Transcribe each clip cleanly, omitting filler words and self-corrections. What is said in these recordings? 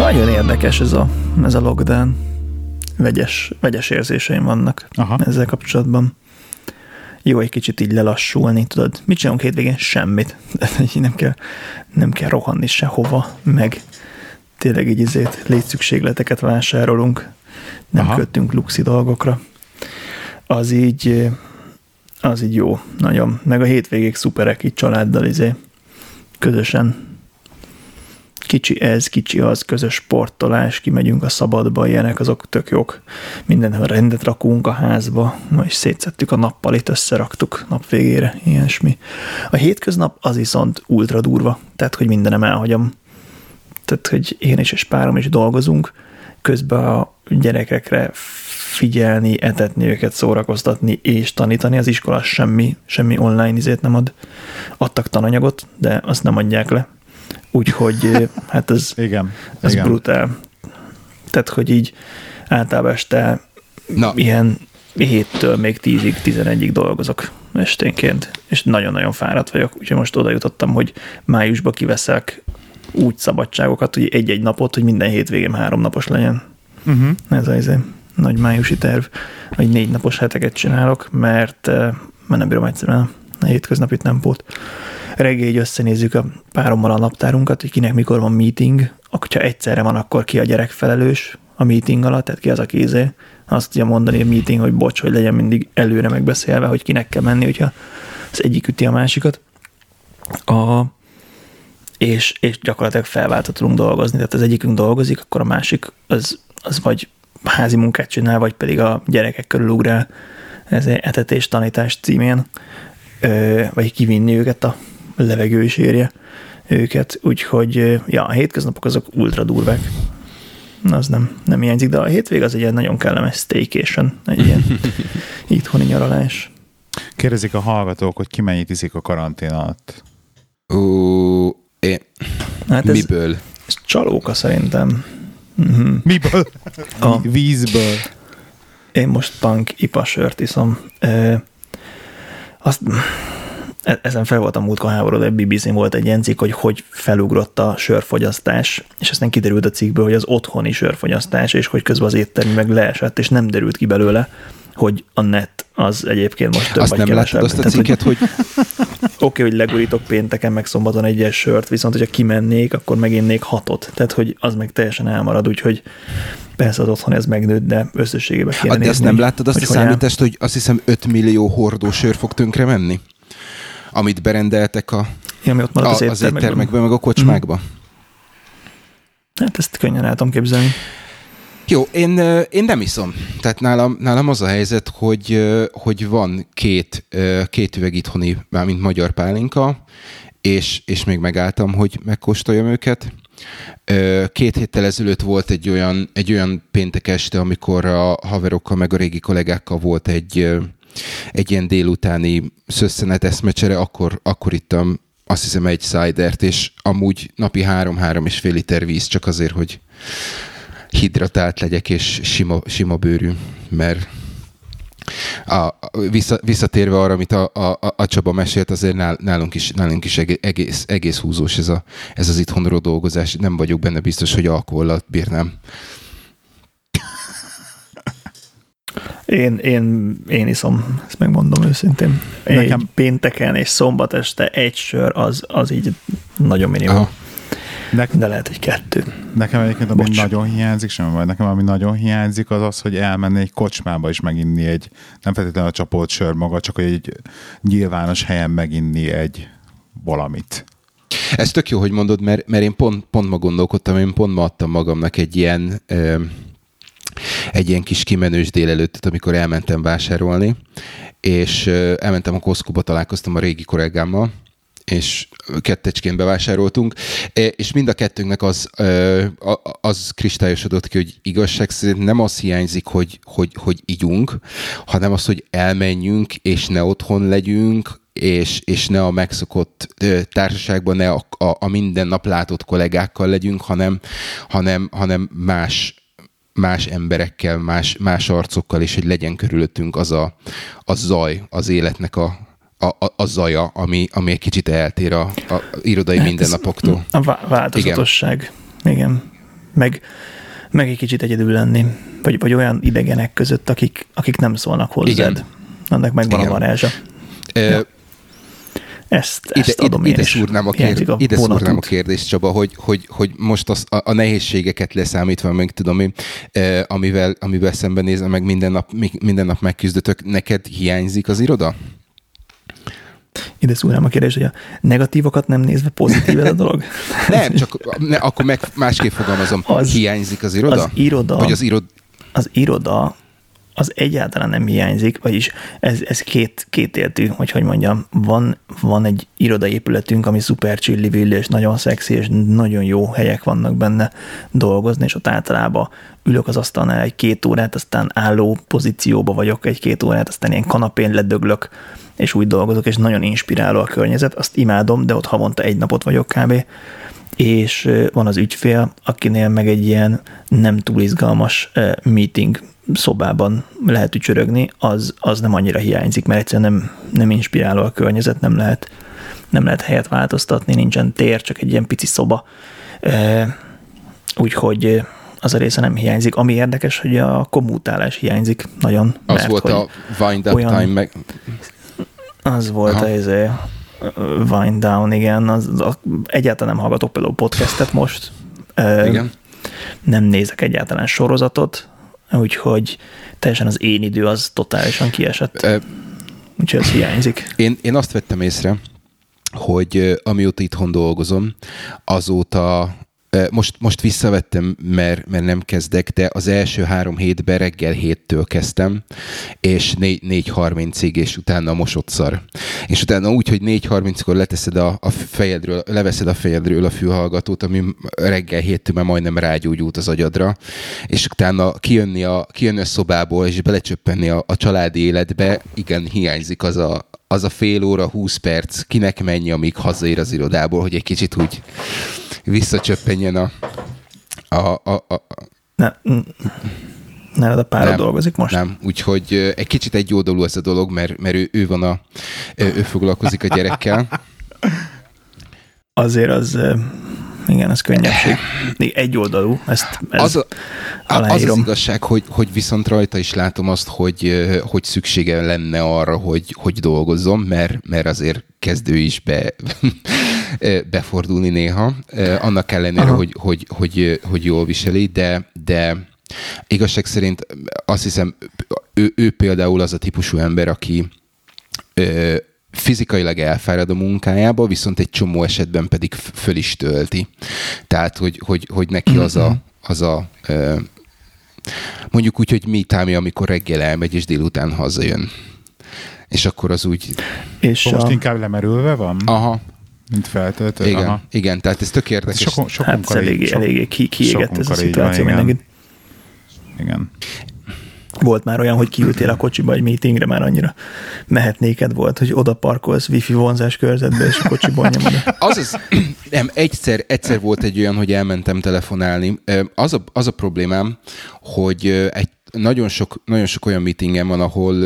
Nagyon érdekes ez a lockdown. Vegyes érzéseim vannak ezzel kapcsolatban. Jó egy kicsit így lelassulni, tudod. Mit csinálunk hétvégén? Semmit. Nem kell rohanni sehova, meg tényleg így létszükségleteket vásárolunk. Nem kötünk luxi dolgokra. Az így jó, nagyon. Meg a hétvégék szuperek így családdal közösen. Kicsi ez, kicsi az, közös sportolás, kimegyünk a szabadba, ilyenek, azok tök jók. Mindenhol rendet rakunk a házba, ma is szétszettük a nappalit, összeraktuk nap végére, ilyesmi. A hétköznap az viszont ultra durva, tehát, hogy mindenem elhagyom. Tehát, hogy én és párom is dolgozunk, közben a gyerekekre figyelni, etetni őket, szórakoztatni és tanítani. Az iskola semmi online nem ad. Adtak tananyagot, de azt nem adják le. Úgyhogy hát ez brutál. Tehát, hogy így általában este ilyen 7-től még 10-ig, 11-ig dolgozok esténként, és nagyon-nagyon fáradt vagyok. Úgyhogy most oda jutottam, hogy májusba kiveszek úgy szabadságokat, hogy egy-egy napot, hogy minden hétvégém 3 napos legyen. Ez az nagy májusi terv, hogy 4 napos heteket csinálok, mert nem bírom egyszerűen a hétköznapit nem pót. Reggel így összenézzük a párommal a naptárunkat, hogy kinek mikor van meeting, akkor ha egyszerre van, akkor ki a gyerek felelős a meeting alatt, tehát ki az, aki azt tudja mondani a meeting, hogy bocs, hogy legyen mindig előre megbeszélve, hogy kinek kell menni, hogyha az egyik üti a másikat. És gyakorlatilag felváltva tudunk dolgozni, tehát az egyikünk dolgozik, akkor a másik az vagy házi munkát csinál, vagy pedig a gyerekek körül ugrál etetés tanítás címén, vagy kivinni őket, a levegő is érje őket, úgyhogy a hétköznapok azok ultra durvák. Az nem hiányzik, de a hétvég az egy ilyen nagyon kellemes staycation, egy ilyen itthoni nyaralás. Kérdezik a hallgatók, hogy ki mennyit iszik a karantén alatt. Miből? Ez csalóka szerintem. Miből? Vízből. Én most punk IPA sört iszom. Ezen fel voltam múltkor háborúban, egy BBC-n volt egy ilyen cikk, hogy felugrott a sörfogyasztás, és aztán kiderült a cikkből, hogy az otthoni sörfogyasztás, és hogy közben az éttermi meg leesett, és nem derült ki belőle, hogy a net az egyébként most több azt vagy kevesebb. Azt nem láttad azt a cikket, hogy... Oké, hogy legurítok pénteken, meg szombaton egyes sört, viszont hogyha kimennék, akkor meginnék 6-ot. Tehát, hogy az meg teljesen elmarad, úgyhogy persze az otthon ez megnőtt, de összességében kéne nézni. Azt nem láttad azt a számítást, hogy azt hiszem 5 millió hordó sör fog tönkre menni? Amit berendeltek ami ott marad az éttermekben, meg a kocsmákba? Hát ezt könnyen el tudom képzelni. Jó, én nem iszom. Tehát nálam az a helyzet, hogy van két üveg itthoni, mármint magyar pálinka, és még megálltam, hogy megkóstoljam őket. 2 héttel ezelőtt volt egy olyan péntek este, amikor a haverokkal, meg a régi kollégákkal volt egy ilyen délutáni szösszenet eszmecsere, akkor ittam azt hiszem egy cidert, és amúgy napi 3-3,5 liter víz, csak azért, hogy hidratált legyek, és sima bőrű, mert visszatérve arra, amit a Csaba mesélt, azért nálunk is egész húzós ez az itthonról dolgozás. Nem vagyok benne biztos, hogy alkohollal bírnám. Én iszom, ezt megmondom őszintén. Nekem pénteken és szombat este egy sör, az így nagyon minimum. De lehet, hogy 2. Nekem egyébként ami nagyon hiányzik, nekem nagyon hiányzik az, hogy elmenni egy kocsmába is meginni nem feltétlenül a csapolt sör maga, csak egy nyilvános helyen meginni egy valamit. Ez tök jó, hogy mondod, mert én pont ma gondolkodtam, én pont ma adtam magamnak egy ilyen kis kimenős délelőttet, amikor elmentem vásárolni, és elmentem a Costco-ba, találkoztam a régi kollégámmal, és kettecsként bevásároltunk, és mind a kettőnknek az kristályosodott ki, hogy igazság szerint nem az hiányzik, hogy igyunk, hanem az, hogy elmenjünk, és ne otthon legyünk, és ne a megszokott társaságban, ne a minden nap látott kollégákkal legyünk, hanem más emberekkel, más arcokkal, és hogy legyen körülöttünk az a zaj az életnek a zaja, ami egy kicsit eltér a irodai mindennapoktól. A változatosság. Igen. meg egy kicsit egyedül lenni, vagy olyan idegenek között, akik nem szólnak hozzád. Igen. Annak megvan a varázsa. Ezt adom én is. Ide szúrnám a kérdést, Csaba, hogy most a nehézségeket leszámítva, meg tudom én, amivel szembenézem, meg minden nap megküzdötök, neked hiányzik az iroda? Ide szúrnám a kérdést, hogy a negatívokat nem nézve pozitív ez a dolog? Nem, csak akkor másképp fogalmazom. Hiányzik az iroda? Az iroda az egyáltalán nem hiányzik, vagyis ez kétéltű, hogy mondjam, van egy irodaépületünk, ami szuper csillivilli, és nagyon szexi, és nagyon jó helyek vannak benne dolgozni, és ott általában ülök az asztalnál egy 2 órát, aztán álló pozícióba vagyok egy 2 órát, aztán ilyen kanapén ledöglök, és úgy dolgozok, és nagyon inspiráló a környezet, azt imádom, de ott havonta 1 napot vagyok kb. És van az ügyfél, akinél meg egy ilyen nem túl izgalmas meeting szobában lehet ücsörögni, az nem annyira hiányzik, mert egyszerűen nem inspiráló a környezet, nem lehet helyet változtatni, nincsen tér, csak egy ilyen pici szoba. Úgyhogy az a része nem hiányzik. Ami érdekes, hogy a kommutálás hiányzik nagyon. Az volt a wind-up time meg... Az volt az wind down, igen. Egyáltalán nem hallgatok például podcastet most. Igen. Nem nézek egyáltalán sorozatot, úgyhogy teljesen az én idő az totálisan kiesett. Úgyhogy ez hiányzik. Én azt vettem észre, hogy amióta itthon dolgozom, azóta most visszavettem, mert nem kezdek, de az első 3 hétben reggel 7-től kezdtem, és 4:30-ig, és utána mosott szar. És utána úgy, hogy 4:30-kor leveszed a fejedről a fülhallgatót, ami reggel 7-től már majdnem rágyógyult az agyadra, és utána kijönni a szobából, és belecsöppenni a családi életbe, igen, hiányzik az a fél óra, 20 perc, kinek menj, amíg hazaér az irodából, hogy egy kicsit úgy visszacsöppenjen a Nálad a párod dolgozik most? Nem, úgyhogy egy kicsit egyoldalú ez a dolog, mert ő foglalkozik a gyerekkel. Azért igen, ez könnyebbség. Egyoldalú, az az igazság, hogy viszont rajta is látom azt, hogy szüksége lenne arra, hogy dolgozzon, mert azért kezdő is befordulni néha. Annak ellenére, hogy jól viseli, de igazság szerint azt hiszem, ő például az a típusú ember, aki fizikailag elfárad a munkájába, viszont egy csomó esetben pedig föl is tölti. Tehát, hogy neki az a mondjuk úgy, hogy me time, amikor reggel elmegy, és délután hazajön. És akkor az úgy... És most inkább lemerülve van? Aha. Mint feltöltő? Igen, tehát ez tök érdekes. Eléggé kiégett ez a szituáció mindenkit. Igen. Volt már olyan, hogy kiültél a kocsiba egy meetingre, már annyira mehetnéked volt, hogy oda parkolsz wifi vonzás körzetbe, és a kocsiból nyomod. Nem, egyszer volt egy olyan, hogy elmentem telefonálni. Az a problémám, hogy nagyon sok olyan meetingem van,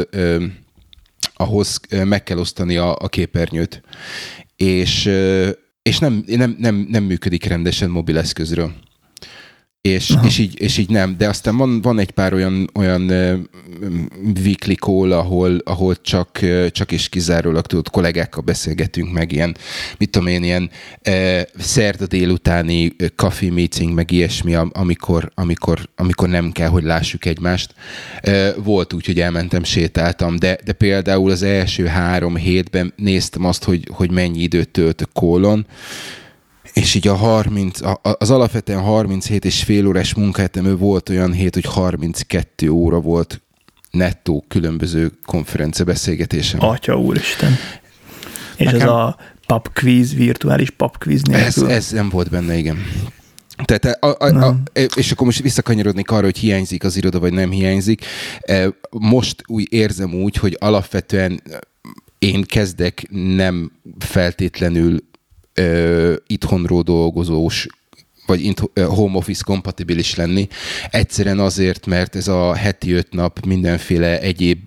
ahhoz meg kell osztani a képernyőt. És nem működik rendesen mobileszközről. És így nem, de aztán van egy pár olyan weekly call, ahol csak és kizárólag tudod, kollégákkal beszélgetünk, meg ilyen, mit tudom én, ilyen szerda délutáni coffee meeting, meg ilyesmi, amikor nem kell, hogy lássuk egymást. Volt úgy, hogy elmentem, sétáltam, de például az első 3 hétben néztem azt, hogy mennyi időt töltök callon, és így az alapvetően 37 és fél órás munkahetemű volt olyan hét, hogy 32 óra volt nettó különböző konferenciabeszélgetésem. Atya úristen. És nekem... ez a pubquiz, virtuális pubquiz nélkül? Ez nem volt benne, igen. Tehát és akkor most visszakanyarodnék arra, hogy hiányzik az iroda, vagy nem hiányzik. Most úgy érzem úgy, hogy alapvetően én kezdek nem feltétlenül itthonról dolgozós, vagy home office kompatibilis lenni. Egyszerűen azért, mert ez a heti 5 nap mindenféle egyéb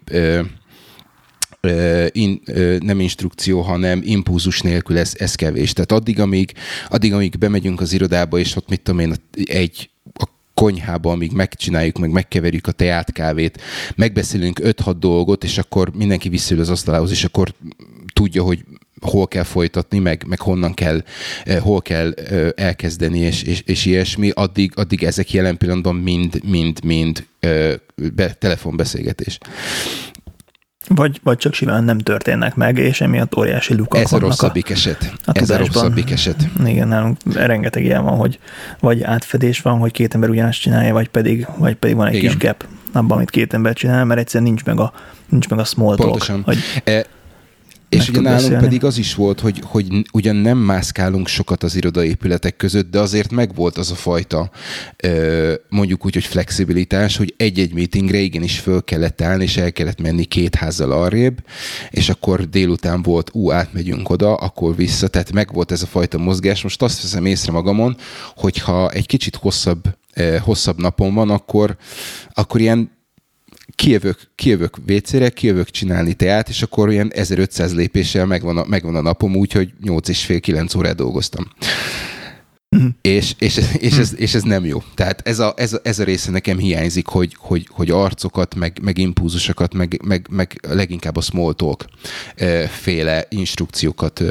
nem instrukció, hanem impulzus nélkül ez kevés. Tehát addig, amíg bemegyünk az irodába, és ott mit tudom én, konyhába, amíg megcsináljuk, meg megkeverjük a teát, kávét, megbeszélünk 5-6 dolgot, és akkor mindenki visszaül az asztalához, és akkor tudja, hogy hol kell folytatni, meg honnan kell, hol kell elkezdeni, és ilyesmi, addig ezek jelen pillanatban mind telefonbeszélgetés. Vagy csak simán nem történnek meg, és emiatt óriási lukak ez a rosszabbik eset. Ez a rosszabbik eset. Igen, nálunk rengeteg ilyen van, hogy vagy átfedés van, hogy két ember ugyanazt csinálja, vagy pedig van egy kis gap abban, amit két ember csinál, mert egyszerűen nincs meg a small talk. Pontosan. És ugye nálunk pedig az is volt, hogy ugyan nem mászkálunk sokat az irodaépületek között, de azért megvolt az a fajta, mondjuk úgy, hogy flexibilitás, hogy egy-egy meetingre igenis föl kellett állni, és el kellett menni 2 házzal arrébb, és akkor délután volt, átmegyünk oda, akkor vissza, tehát megvolt ez a fajta mozgás. Most azt veszem észre magamon, hogyha egy kicsit hosszabb napon van, akkor ilyen kijövök WC-re, kijövök csinálni teát, és akkor olyan 1500 lépéssel megvan a napom úgy, hogy 8,5-9 órát dolgoztam. És ez nem jó. Tehát ez a része nekem hiányzik, hogy arcokat, meg impulzusokat, meg leginkább a small talk féle instrukciókat.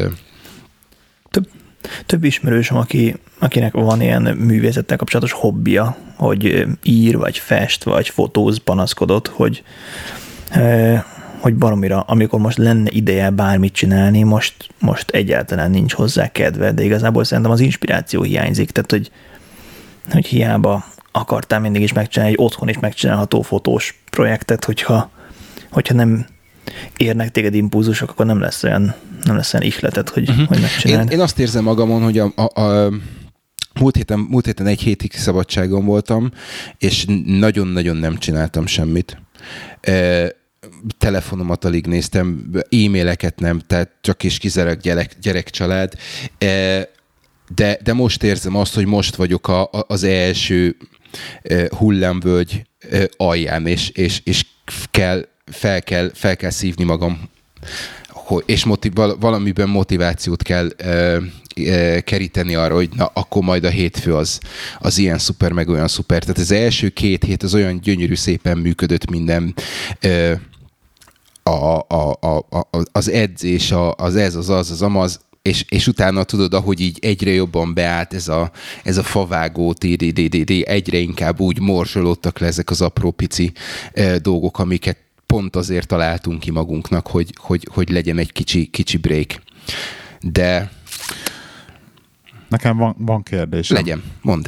Több ismerősöm, akinek van ilyen művészettel kapcsolatos hobbija, hogy ír, vagy fest, vagy fotóz, panaszkodott, hogy baromira, amikor most lenne ideje bármit csinálni, most egyáltalán nincs hozzá kedve, de igazából szerintem az inspiráció hiányzik, tehát hogy hiába akartál mindig is megcsinálni egy otthon is megcsinálható fotós projektet, hogyha nem érnek téged impulzusok, akkor nem lesz olyan ihletet, hogy megcsináld. Én azt érzem magamon, hogy a múlt héten egy hétig szabadságon voltam, és nagyon-nagyon nem csináltam semmit. Telefonomat alig néztem, e-maileket nem, tehát csak és kizárólag gyerekcsalád. De most érzem azt, hogy most vagyok az első hullámvölgy alján, és fel kell szívni magam, és valamiben motivációt kell keríteni arra, hogy na, akkor majd a hétfő az ilyen szuper, meg olyan szuper. Tehát az első 2 hét az olyan gyönyörű szépen működött minden, az edzés, az amaz, és utána tudod, ahogy így egyre jobban beállt ez a favágó, egyre inkább úgy morzsolódtak le ezek az apró pici dolgok, amiket pont azért találtunk ki magunknak, hogy legyen egy kicsi break. De nekem van kérdésem. Legyen, mondd.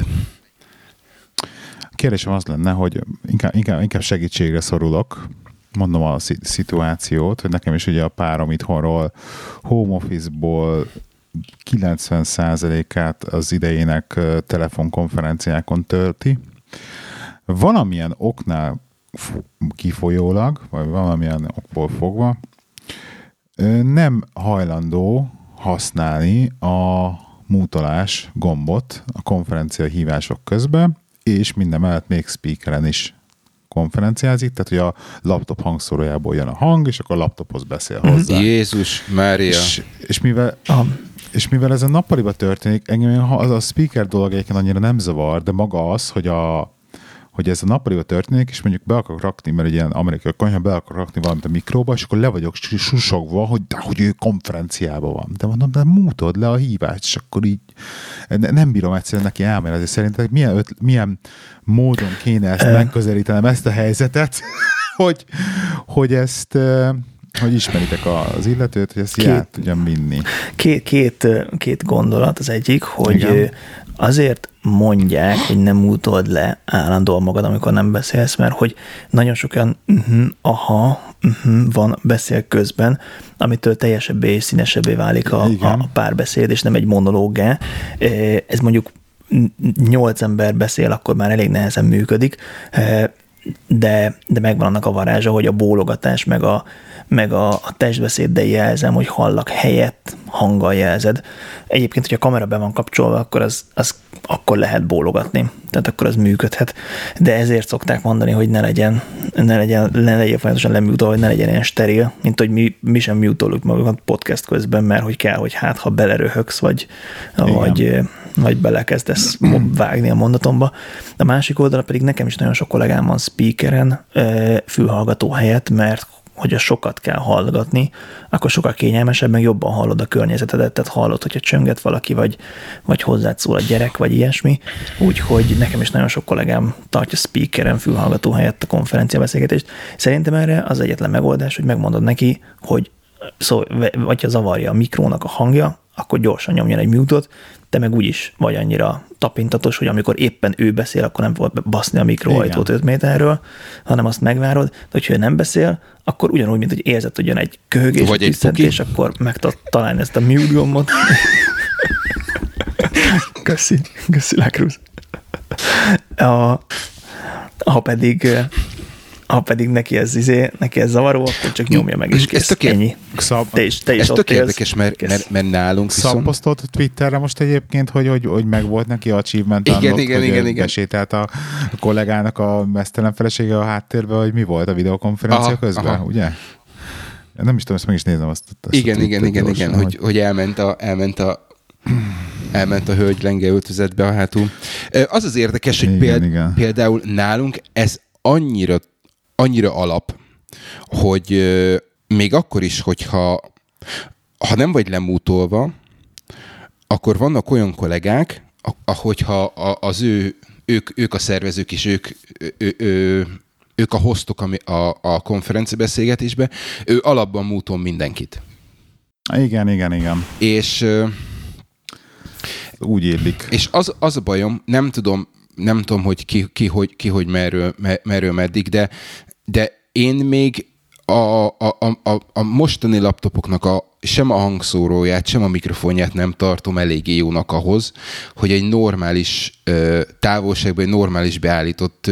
A kérdésem az lenne, hogy inkább segítségre szorulok. Mondom a szituációt, hogy nekem is ugye a párom itthonról home office-ból 90%-át az idejének telefonkonferenciákon tölti. Valamilyen oknál kifolyólag, vagy valamilyen okból fogva nem hajlandó használni a mútolás gombot a konferencia hívások közben, és mindemellett még speakeren is konferenciázik, tehát hogy a laptop hangszórójából jön a hang, és akkor a laptophoz beszél hozzá. Jézus Mária! És mivel ez a nappaliba történik, engem az a speaker dolog egyébként annyira nem zavar, de maga az, hogy ez a nappaliba történik, és mondjuk be akarok rakni, mert egy ilyen amerikai konyha, be akarok rakni valamit a mikróba, és akkor le vagyok susogva, hogy ő konferenciában van. De mondom, de mútod le a hívást, és akkor így nem bírom egyszerűen neki elmélni. Szerinted milyen módon kéne ezt megközelítenem, ezt a helyzetet, hogy ezt... hogy ismeritek az illetőt, hogy ezt át tudjam vinni. Két gondolat. Az egyik, hogy igen, azért mondják, hogy nem mútold le állandóan magad, amikor nem beszélsz, mert hogy nagyon sok olyan van beszél közben, amitől teljesebbé és színesebbé válik a párbeszéd, és nem egy monológgá. Ez mondjuk 8 ember beszél, akkor már elég nehezen működik, de megvan annak a varázsa, hogy a bólogatás, meg a testbeszéddel jelzem, hogy hallak helyett hanggal jelzed. Egyébként, hogyha a kamera be van kapcsolva, akkor az akkor lehet bólogatni. Tehát akkor az működhet. De ezért szokták mondani, hogy ne legyen folyamatosan lemutolva, hogy ne legyen ilyen steril, mint hogy mi sem mutoljuk magunkat podcast közben, mert hogy kell, hogy ha beleröhögsz, vagy vagy belekezdesz vágni a mondatomba. A másik oldalra pedig nekem is nagyon sok kollégám van speakeren fülhallgató helyett, mert hogy sokat kell hallgatni, akkor sokkal kényelmesebb, meg jobban hallod a környezetedet, tehát hallod, hogyha csönget valaki, vagy hozzád szól a gyerek, vagy ilyesmi. Úgyhogy nekem is nagyon sok kollégám tartja speakeren fülhallgató helyett a konferenciabeszélgetést. Szerintem erre az egyetlen megoldás, hogy megmondod neki, hogy vagy ha zavarja a mikrónak a hangja, akkor gyorsan nyomjon egy mute-ot, te meg úgyis vagy annyira tapintatos, hogy amikor éppen ő beszél, akkor nem fogod baszni a mikroajtót 5 méterről, hanem azt megvárod, de hogyha ő nem beszél, akkor ugyanúgy, mint hogy érzed, hogy jön egy köhögés, vagy egy és akkor meg tudod találni ezt a mute gombot. Köszi Lákruz. Ha pedig neki ez zavaró, akkor csak nyomja meg, és kész. Ennyi. Te is ez tök érdekes, mert nálunk Szabposztolt Twitterre most egyébként, hogy megvolt neki achievement unlock, hogy besétált a kollégának a mesztelen felesége a háttérbe, hogy mi volt a videokonferencia közben, ugye? Nem is tudom, ezt meg is nézem azt. Igen, hogy elment a hölgy lenge öltözetbe a hátul. Az az érdekes, hogy például nálunk ez annyira alap, hogy még akkor is, hogyha nem vagy lemútolva, akkor vannak olyan kollégák, hogyha ők a szervezők és ők a hostok a konferenciabeszélgetésbe, ő alapban mútol mindenkit. Igen. És úgy illik. És az a bajom, nem tudom, hogy ki hogy merről meddig, de én még a mostani laptopoknak sem a hangszóróját, sem a mikrofonját nem tartom eléggé jónak ahhoz, hogy egy normális távolságban, egy normális beállított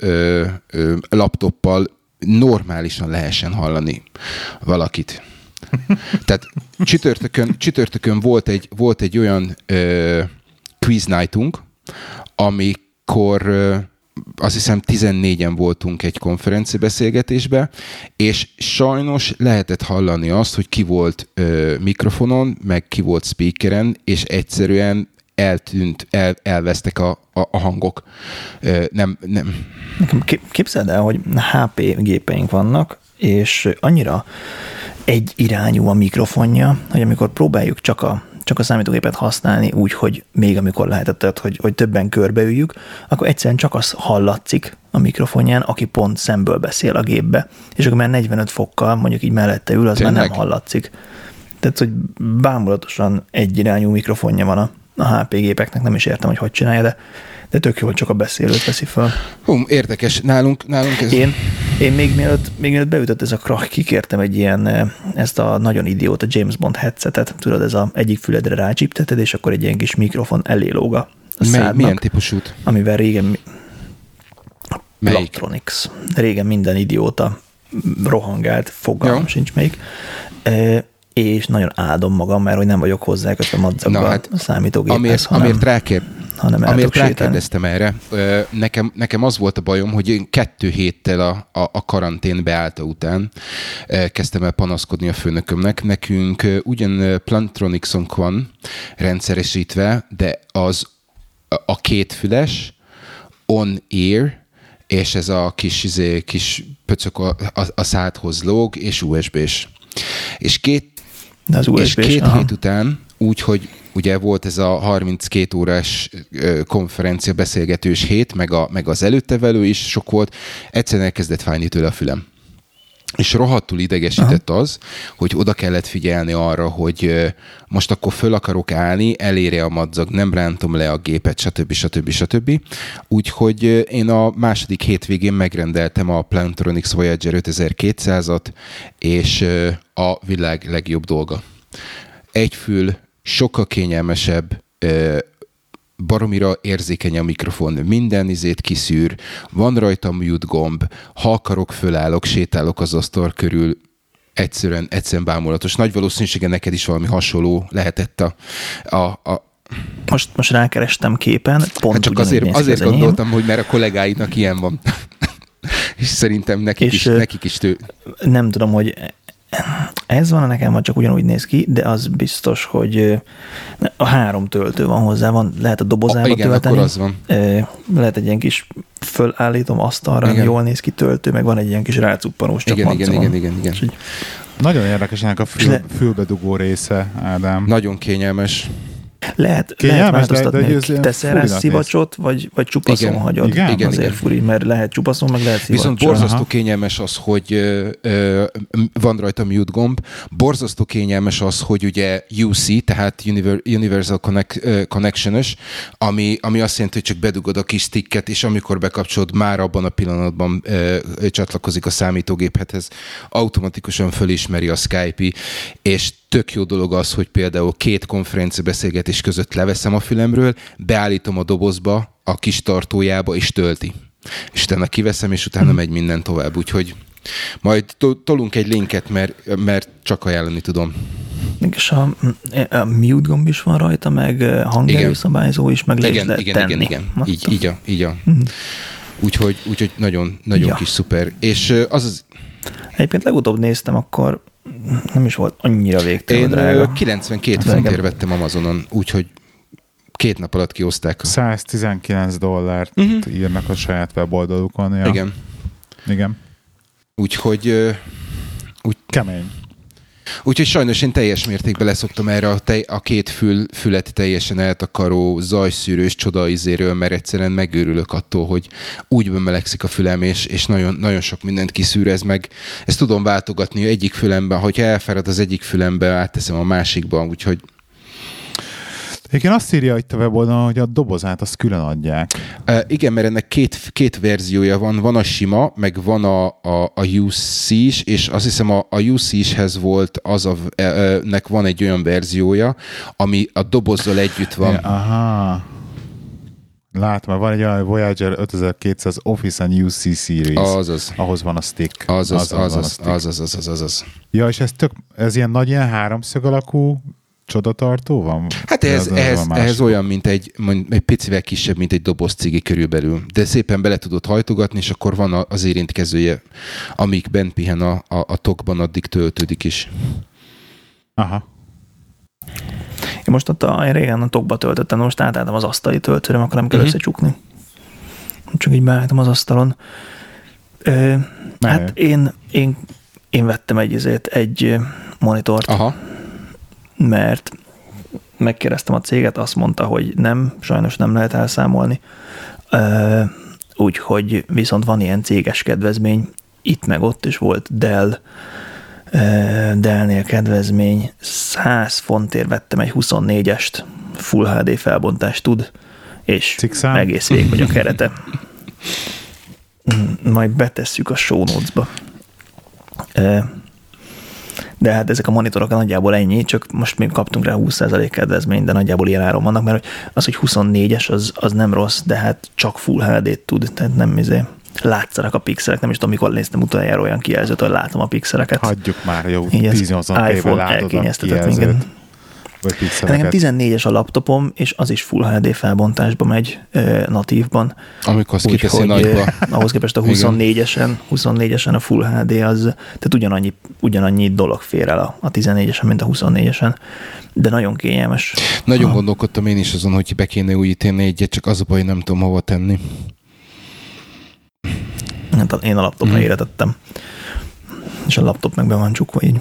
laptoppal normálisan lehessen hallani valakit. Tehát csütörtökön volt egy olyan quiz nightunk, amikor azt hiszem 14-en voltunk egy konferenciabeszélgetésbe, és sajnos lehetett hallani azt, hogy ki volt mikrofonon, meg ki volt speakeren, és egyszerűen elvesztek a hangok. Nem. Képzeld el, hogy HP gépeink vannak, és annyira egyirányú a mikrofonja, hogy amikor próbáljuk csak a számítógépet használni úgy, hogy még amikor lehetett, hogy többen körbeüljük, akkor egyszerűen csak az hallatszik a mikrofonján, aki pont szemből beszél a gépbe. És akkor már 45 fokkal mondjuk így mellette ül, az tényleg? Már nem hallatszik. Tehát, hogy bámulatosan egyirányú mikrofonja van a HP gépeknek, nem is értem, hogy csinálja, de tök jó, hogy csak a beszélőt veszi fel. Érdekes. Nálunk ez... Én még mielőtt beütött ez a krach, kikértem egy ilyen, ezt a nagyon idióta James Bond headsetet, tudod, ez egyik füledre rácsipteted, és akkor egy ilyen kis mikrofon elé lóg a szádnak. Milyen típusút? Amivel régen... Plantronics. Régen minden idióta rohangált, fogalmam sincs még. És nagyon áldom magam, mert hogy nem vagyok hozzá kötve madzaggal a számítógéphez, Amiért rákérdeztem erre, nekem az volt a bajom, hogy én 2 héttel a karantén beállta után kezdtem el panaszkodni a főnökömnek. Nekünk ugyan Plantronicsunk van rendszeresítve, de az a 2 füles on-ear, és ez a kis pöcök a szádhoz lóg, és USB-s. És két hét után, úgyhogy ugye volt ez a 32 órás konferencia beszélgetős hét, meg az előttevelő is sok volt, egyszerűen elkezdett fájni tőle a fülem. És rohadtul idegesített az, hogy oda kellett figyelni arra, hogy most akkor föl akarok állni, elére a madzag, nem rántom le a gépet, stb. Úgyhogy én a második hétvégén megrendeltem a Plantronics Voyager 5200-at, és a világ legjobb dolga. Egy fül, sokkal kényelmesebb, baromira érzékeny a mikrofon, minden izét kiszűr, van rajta mute gomb, ha akarok, fölállok, sétálok az asztal körül, egyszerűen bámulatos. Nagy valószínűséggel neked is valami hasonló lehetett Most rákerestem képen, pont csak azért gondoltam, hogy mert a kollégáidnak ilyen van. És szerintem nekik is nem tudom, hogy ez van, nekem már csak ugyanúgy néz ki, de az biztos, hogy a 3 töltő van hozzá, lehet a dobozába igen, tölteni. Akkor az van. Lehet egy ilyen kis fölállítom asztalra, igen. Jól néz ki töltő, meg van egy ilyen kis rácuppanós igen. Nagyon érdekes ennek a fülbedugó része, Ádám. Nagyon kényelmes. Lehet változtatni, hogy teszel rá szivacsot, vagy csupaszon hagyod. Igen, azért furi, mert lehet csupaszon, meg lehet szivacsot. Viszont borzasztó kényelmes az, hogy van rajta mute gomb. Borzasztó kényelmes az, hogy ugye UC, tehát Universal Connection-ös, ami azt jelenti, hogy csak bedugod a kis sticket, és amikor bekapcsolod, már abban a pillanatban csatlakozik a számítógéphez, automatikusan fölismeri a Skype-i, és tök jó dolog az, hogy például 2 konferenciabeszélgetés között leveszem a fülemről, beállítom a dobozba, a kis tartójába, és tölti. És utána kiveszem, és utána megy minden tovább. Úgyhogy majd tolunk egy linket, mert csak ajánlani tudom. És a mute gomb is van rajta, meg hangerőszabályzó is, meg lehet tenni. Igen. Így. Úgyhogy nagyon kis szuper. És az... Egyébként legutóbb néztem, akkor nem is volt annyira végtelen drága. Én 92 fontért vettem Amazonon, úgyhogy 2 nap alatt kihozták. $119 írnak a saját weboldalukon. Ja. Igen. Úgyhogy... Kemény. Úgyhogy sajnos én teljes mértékben leszoktam erre a 2 fület teljesen eltakaró, zajszűrős csodaizéről, mert egyszerűen megőrülök attól, hogy úgy bemelegszik a fülem, és nagyon, nagyon sok mindent kiszűrez meg. Ezt tudom váltogatni egyik fülemben, hogyha elfárad az egyik fülembe, átteszem a másikba, úgyhogy... Igen, azt írja itt a weboldalon, hogy a dobozát azt külön adják. Igen, mert ennek két verziója van. Van a sima, meg van a UC is, és azt hiszem a UC ishez volt nek van egy olyan verziója, ami a dobozzal együtt van. Aha. Látom, van egy olyan Voyager 5200 Office and UC Series. Azaz. Ahhoz van a stick. Azaz. Ja, és ez ilyen nagy, ilyen 3-szög alakú csodatartó van? Hát ehhez olyan, mint egy picivel kisebb, mint egy doboz cigi körülbelül. De szépen bele tudod hajtogatni, és akkor van az érintkezője, amíg bent pihen a tokban, addig töltődik is. Aha. Én most én régen a tokba töltöttem, most átálltam az asztali töltőre, akkor nem kell összecsukni. Csak így beálltam az asztalon. Hát én vettem egy monitort. Aha. Mert megkérdeztem a céget, azt mondta, hogy nem, sajnos nem lehet elszámolni. Úgyhogy viszont van ilyen céges kedvezmény, itt meg ott is volt Dell-nél kedvezmény, 100 fontért vettem egy 24-est, Full HD felbontást tud, és egész végig vagy a kerete. Majd betesszük a show notes-ba. De hát ezek a monitorok nagyjából ennyi, csak most még kaptunk rá 20% kedvezményt, de nagyjából ilyen áron vannak, mert az, hogy 24-es, az nem rossz, de hát csak Full HD-t tud, tehát nem látszanak a pixelek, nem is tudom, mikor néztem utoljára olyan kijelzőt, hogy látom a pixeleket. Hagyjuk már, jó, 1080p-ben látod a kijelzőt. Nekem 14-es a laptopom, és az is Full HD felbontásba megy natívban. Amikor azt kiteszi nagyba. Ahhoz képest a 24-esen a Full HD az, tehát ugyanannyi dolog fér el a 14-esen, mint a 24-esen, de nagyon kényelmes. Nagyon gondolkodtam én is azon, hogy be kéne újítani egyet, csak az a baj, nem tudom hova tenni. Én a laptopra éretettem. És a laptop meg be van csukva így.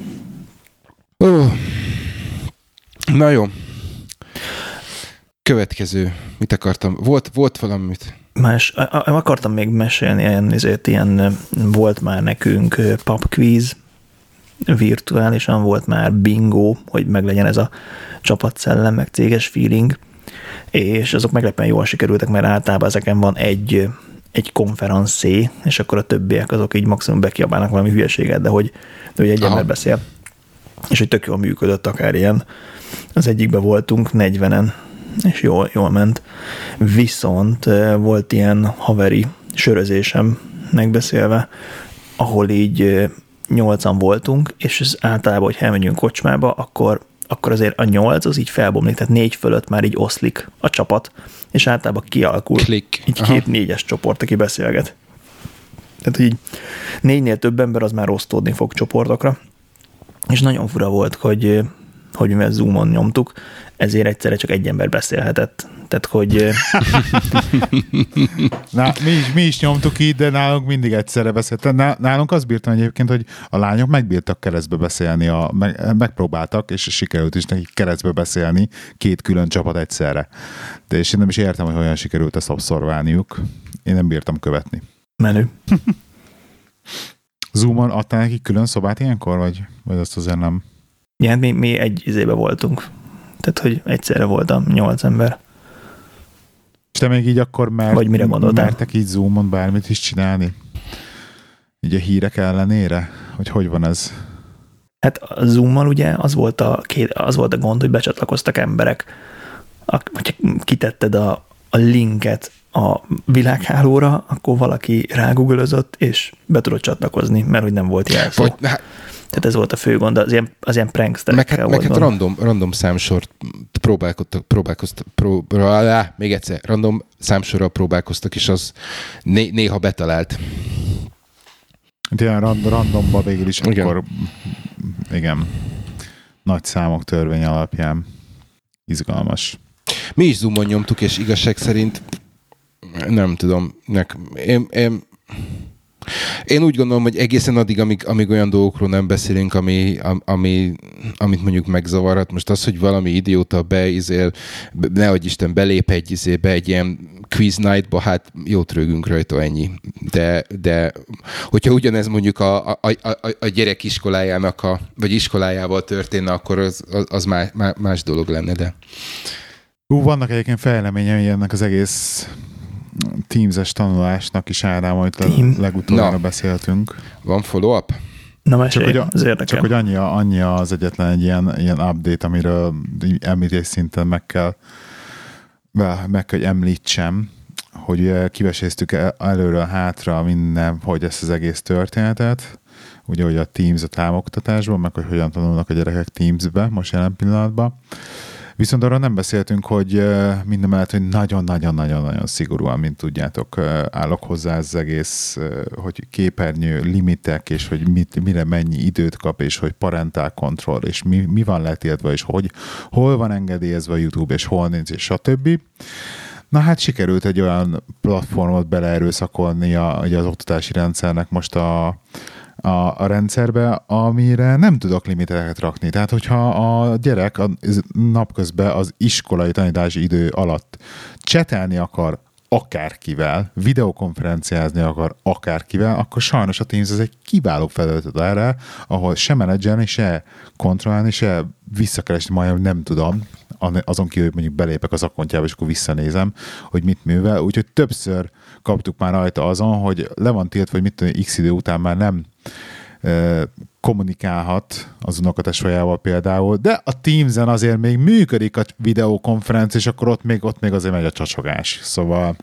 Na jó. Következő. Mit akartam? Volt valamit? Akartam még mesélni, ilyen volt már nekünk pub quiz, virtuálisan volt már bingo, hogy meglegyen ez a csapatszellem, meg céges feeling, és azok meglepően jól sikerültek, mert általában ezeken van egy konferencé, és akkor a többiek azok így maximum bekiabálnak valami hülyeséget, de hogy egy ember beszél. És hogy tök jól működött, akár ilyen. Az egyikben voltunk 40-en, és jól ment. Viszont volt ilyen haveri sörözésem megbeszélve, ahol így 8-an voltunk, és ez általában, hogy elmegyünk kocsmába, akkor azért a 8 az így felbomlik, tehát 4 fölött már így oszlik a csapat, és általában kialakul így 2 4-es csoport, aki beszélget. Tehát így 4-nél több ember az már osztódni fog csoportokra, És nagyon fura volt, hogy mivel Zoomon nyomtuk, ezért egyszerre csak egy ember beszélhetett. Tehát, hogy... mi is nyomtuk így, de nálunk mindig egyszerre beszéltem. Nálunk azt bírtam egyébként, hogy a lányok megbírtak keresztbe beszélni, megpróbáltak, és sikerült is nekik keresztbe beszélni 2 külön csapat egyszerre. De és én nem is értem, hogy hogyan sikerült ezt abszorválniuk. Én nem bírtam követni. Menő. Zoomon adtál nekik külön szobát ilyenkor, vagy azt azért nem? Ja, mi egy izébe voltunk. Tehát, hogy egyszerre voltam 8 ember. És te még így akkor mertek így Zoomon bármit is csinálni? Így a hírek ellenére? Hogy van ez? Hát a Zoommal ugye az volt a gond, hogy becsatlakoztak emberek. Hogyha kitetted a linket a világhálóra, akkor valaki rágoogolözott, és be tudott csatlakozni, mert hogy nem volt jelszó. Tehát ez volt a fő gond, az ilyen pranksterekkel volt. Meg hát random számsort még egyszer, random számsorral próbálkoztak, és az néha betalált. Ilyen randomba végül is akkor, igen, nagy számok törvény alapján izgalmas. Mi is Zoomon nyomtuk, és igazság szerint nem tudom, én úgy gondolom, hogy egészen addig, amíg olyan dolgokról nem beszélünk, amit mondjuk megzavarhat. Most az, hogy valami idióta nehogy Isten belép egy ilyen quiz nightba, hát jót rögünk rajta, ennyi. De hogyha ugyanez mondjuk a gyerek iskolájának, vagy iskolájával történne, akkor az más dolog lenne, de... Vannak egyébként fejleményei ennek az egész Teams-es tanulásnak is, Ádám, amit legutóbb beszéltünk. Van follow-up? Na mesélj, az érdekel. Csak hogy annyi az egyetlen egy ilyen update, amiről említés szinten meg kell, hogy említsem, hogy kiveséztük előről hátra minden, hogy ezt az egész történetet, ugye, hogy a Teams a támogatásban, meg hogy hogyan tanulnak a gyerekek Teams-be most jelen pillanatban. Viszont arra nem beszéltünk, hogy mindemellett, hogy nagyon-nagyon-nagyon szigorúan, mint tudjátok, állok hozzá az egész, hogy képernyő limitek, és hogy mire mennyi időt kap, és hogy parental control, és mi van letiltva, és hol van engedélyezve a YouTube, és hol nincs, és stb. Na hát sikerült egy olyan platformot beleerőszakolni az oktatási rendszernek most a rendszerbe, amire nem tudok limiteket rakni. Tehát, hogyha a gyerek napközben az iskolai tanítási idő alatt csetelni akar akárkivel, videokonferenciázni akar akárkivel, akkor sajnos a Teams ez egy kiváló felületet erre, ahol se menedzselni, se kontrollálni, se visszakeresni, majdnem nem tudom, azon kívül, hogy mondjuk belépek az akkontjába, és akkor visszanézem, hogy mit művel. Úgyhogy többször kaptuk már rajta azon, hogy le van tiltva, hogy mit tudom, x idő után már nem kommunikálhat az unokatestvérjával például, de a Teams-en azért még működik a videokonferencia, és akkor ott még azért megy a csacsogás. Szóval...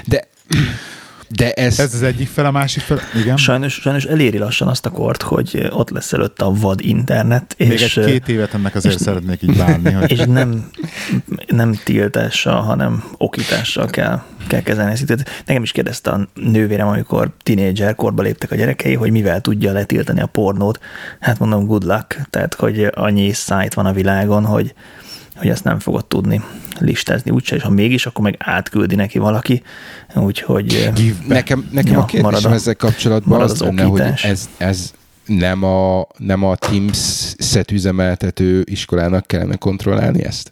De ez az egyik fel, a másik fel, igen. Sajnos eléri lassan azt a kort, hogy ott lesz előtt a vad internet. Még egy 2 évet ennek azért szeretnék így bánni. Hogy... És nem tiltással, hanem okítással kell kezelni ezt. Nekem is kérdezte a nővérem, amikor tínédzser korba léptek a gyerekei, hogy mivel tudja letiltani a pornót. Hát mondom, good luck. Tehát, hogy annyi szájt van a világon, hogy ezt nem fogod tudni listázni úgyse, és ha mégis, akkor meg átküldi neki valaki, úgyhogy... Nekem a kérdésem ezzel kapcsolatban az lenne, hogy ez nem a Teams-et üzemeltető iskolának kellene kontrollálni ezt?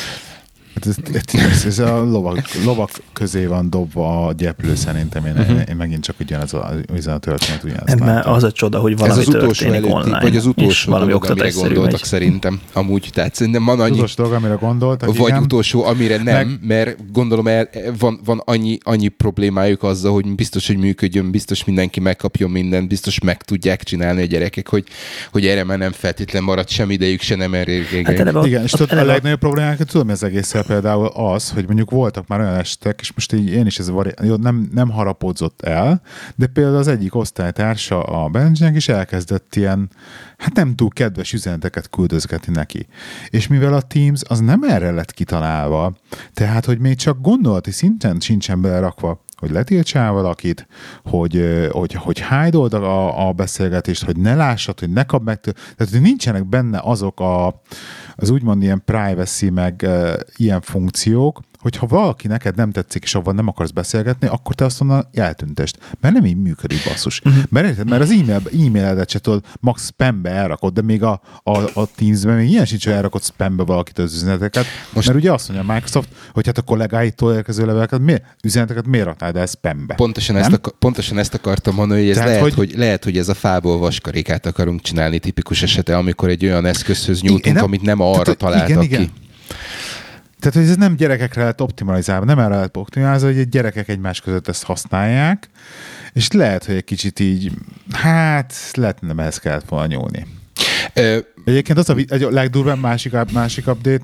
Ez a lovak közé van dobva a gyeplő, szerintem én megint csak ugyanez a történet ugyanezt már az a csoda, hogy valami történik online. Vagy az utolsó dolog, amire gondoltak szerintem. Amúgy, tehát szerintem van annyi... Az utolsó dolog, amire gondoltak, vagy igen. Utolsó, amire nem, mert gondolom van annyi problémájuk azzal, hogy biztos, hogy működjön, biztos mindenki megkapjon mindent, biztos meg tudják csinálni a gyerekek, hogy erre már nem feltétlen marad sem idejük, se nem erre. Igen, és a legnagyobb problémákat tudom, ez egészen például az, hogy mondjuk voltak már olyan esetek, és most így én is nem harapódzott el, de például az egyik osztálytársa a Benjinek is elkezdett ilyen, hát nem túl kedves üzeneteket küldözgetni neki. És mivel a Teams az nem erre lett kitalálva, tehát, hogy még csak gondolati szinten sincsen belerakva, hogy letiltsál valakit, hogy hide-old a beszélgetést, hogy ne lássad, hogy ne kap meg, tehát hogy nincsenek benne azok az úgymond ilyen privacy, meg ilyen funkciók, hogyha valaki neked nem tetszik, és avval nem akarsz beszélgetni, akkor te azt onnan eltüntest. Mert nem így működik, basszus. Mert az e-mailedet se tudod, max spambe elrakod, de még a Teams-ben még ilyen sincs, hogy elrakod spambe valakit az üzeneteket. Most mert ugye azt mondja a Microsoft, hogy hát a kollégáitól érkező leveleket, üzeneteket miért raknád el spambe? Pontosan ezt akartam mondani, hogy ez tehát, lehet, hogy ez a fából vaskarikát akarunk csinálni tipikus esete, amikor egy olyan eszközhöz nyújtunk, amit nem arra találtak ki. Tehát, hogy ez nem gyerekekre lehet optimalizálva, nem erre lehet optimalizálva, hogy a gyerekek egymás között ezt használják, és lehet, hogy egy kicsit így, lehet nem ehhez kellett volna nyúlni. Egyébként az a legdurvább másik update,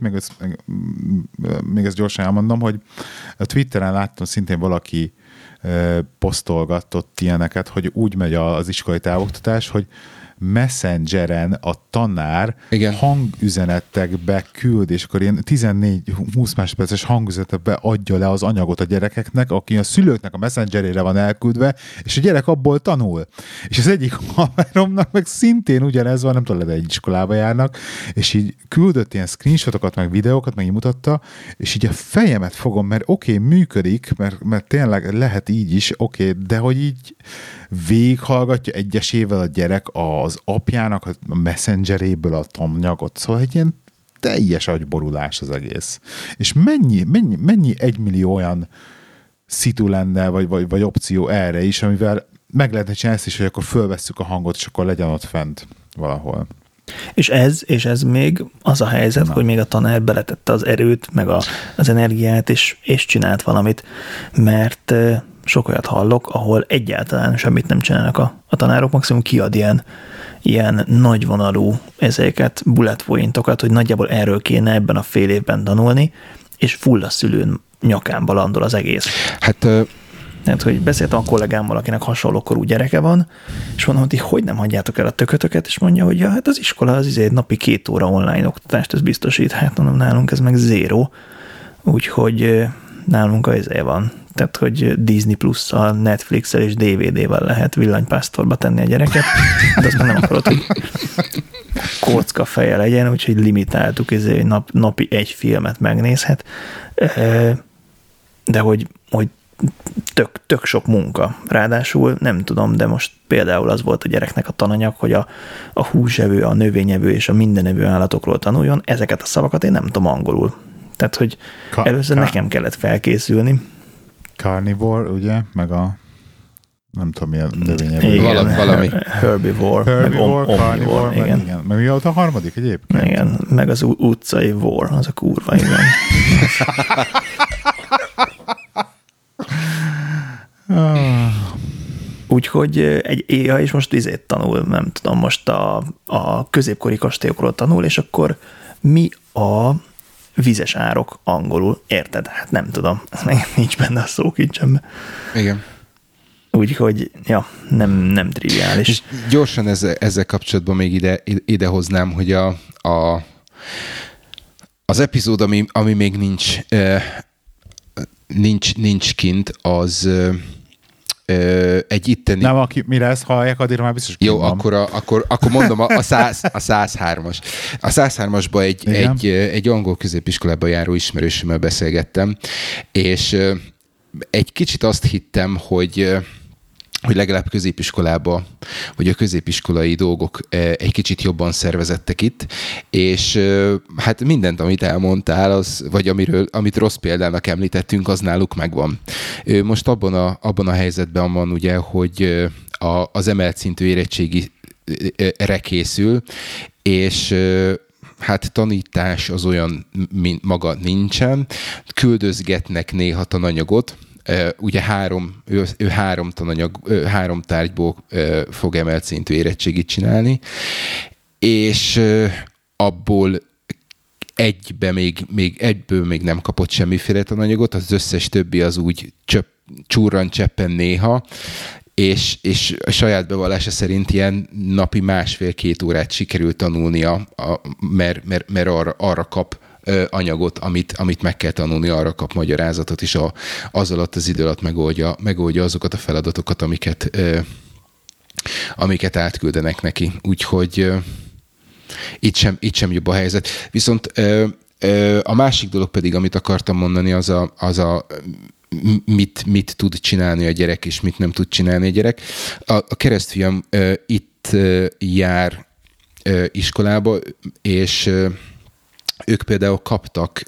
még ezt gyorsan elmondom, hogy a Twitteren láttam szintén valaki posztolgatott ilyeneket, hogy úgy megy az iskolai távoktatás, hogy Messengeren a tanár hangüzenetekbe küld, és akkor ilyen 14-20 másodperces hangüzenetekbe adja le az anyagot a gyerekeknek, aki a szülőknek a Messengerére van elküldve, és a gyerek abból tanul. És az egyik haveromnak meg szintén ugyanez van, nem tudom, de egy iskolába járnak, és így küldött ilyen screenshotokat, meg videókat, meg így mutatta, és így a fejemet fogom, mert működik, mert tényleg lehet így is, de hogy így végighallgatja egyesével a gyerek az apjának a messengeréből a tananyagot. Szóval egy ilyen teljes agyborulás az egész. És mennyi 1 millió olyan szitu lenne, vagy opció erre is, amivel meg lehetne csinálni ezt is, hogy akkor fölvesszük a hangot, és akkor legyen ott fent valahol. És ez még az a helyzet, hogy még a tanár beletette az erőt, meg az energiát, és csinált valamit, mert sok olyat hallok, ahol egyáltalán semmit nem csinálnak a tanárok, maximum kiad ilyen nagyvonalú ezeket, bullet pointokat, hogy nagyjából erről kéne ebben a fél évben tanulni, és full a szülőn nyakánba landol az egész. Tehát, hogy beszéltem a kollégámmal, akinek hasonló korú gyereke van, és mondom, hogy nem hagyjátok el a tökötöket, és mondja, hogy hát az iskola az napi 2 óra online oktatást, ez biztosít, hát mondom, nálunk ez meg 0, úgyhogy nálunk az van. Tehát, hogy Disney Plus-szal, Netflix-el és DVD-vel lehet villanypásztorba tenni a gyereket, de azt nem akarod, hogy kocka feje legyen, úgyhogy limitáltuk, hogy napi 1 filmet megnézhet, de hogy tök sok munka. Ráadásul nem tudom, de most például az volt a gyereknek a tananyag, hogy a húsevő, a növényevő és a mindenevő állatokról tanuljon, ezeket a szavakat én nem tudom angolul. Tehát, hogy először nekem kellett felkészülni. Carnivore, ugye? Meg a nem tudom, milyen növényevő. Valami. Herbivore, carnivore, igen. Meg mi volt a harmadik egyébként? Igen, meg az utcai war, az a kurva, igen. Úgyhogy és most tanul, nem tudom, most a középkori kastélyokról tanul, és akkor mi a vizes árok angolul, érted? Hát nem tudom, ez meg nincs benne a szókincsemben. Igen. Úgyhogy, nem triviális. És gyorsan ezzel kapcsolatban még idehoznám, hogy az epizód, ami még nincs kint, az egy itteni... Nem, mire ezt hallják, addig már biztos jó, akkor mondom a 103-as. A 103-asban egy angol középiskolában járó ismerősömmel beszélgettem, és egy kicsit azt hittem, hogy legalább középiskolában, vagy a középiskolai dolgok egy kicsit jobban szervezettek itt, és hát mindent, amit elmondtál, vagy amit rossz példának említettünk, az náluk megvan. Most abban a helyzetben van ugye, hogy az emelt szintű érettségire készül, és hát tanítás az olyan maga nincsen, küldözgetnek néha tananyagot, ugye ő három tárgyból fog emelt szintű érettségit csinálni, és abból egyből még nem kapott semmiféle tananyagot, az összes többi az úgy csúrran cseppen néha, és a saját bevallása szerint ilyen napi 1,5-2 órát sikerült tanulnia, mert arra kap anyagot, amit meg kell tanulni, arra kap magyarázatot, és az alatt az idő alatt megoldja azokat a feladatokat, amiket átküldenek neki. Úgyhogy itt sem jobb a helyzet. Viszont a másik dolog pedig, amit akartam mondani, az a mit tud csinálni a gyerek, és mit nem tud csinálni a gyerek. A keresztfiam itt jár iskolába, és ők például kaptak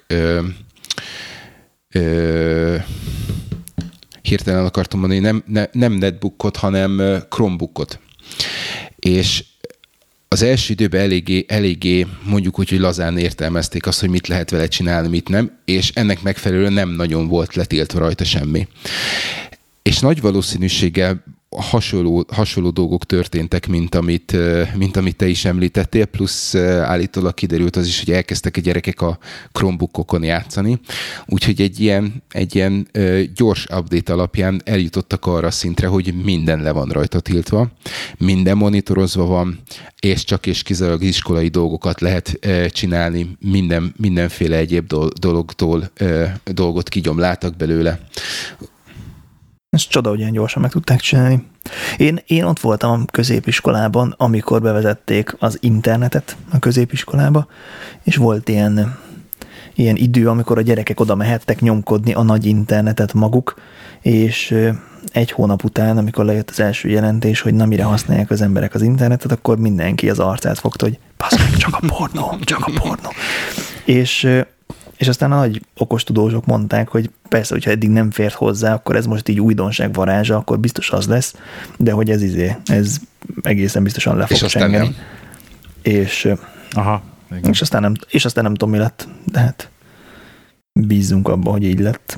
hirtelen akartam mondani, nem netbookot, hanem Chromebookot. És az első időben eléggé mondjuk úgy, hogy lazán értelmezték azt, hogy mit lehet vele csinálni, mit nem, és ennek megfelelően nem nagyon volt letiltva rajta semmi. És nagy valószínűséggel hasonló dolgok történtek, mint amit te is említettél, plusz állítólag kiderült az is, hogy elkezdtek a gyerekek a Chromebookokon játszani, úgyhogy egy ilyen gyors update alapján eljutottak arra a szintre, hogy minden le van rajta tiltva, minden monitorozva van, és csak és kizárólag iskolai dolgokat lehet csinálni, mindenféle egyéb dolgot kigyomláltak belőle. Ez csoda, hogy ilyen gyorsan meg tudták csinálni. Én ott voltam középiskolában, amikor bevezették az internetet a középiskolába, és volt ilyen idő, amikor a gyerekek oda mehettek nyomkodni a nagy internetet maguk, és egy hónap után, amikor lejött az első jelentés, hogy na mire használják az emberek az internetet, akkor mindenki az arcát fogta, hogy bassz meg, csak a pornó. És aztán a nagy okos tudósok mondták, hogy persze, hogyha eddig nem fért hozzá, akkor ez most így újdonság varázsa, akkor biztos az lesz, de hogy ez egészen biztosan le fog csengeni. És aztán nem tudom, mi lett, de hát bízzunk abba, hogy így lett.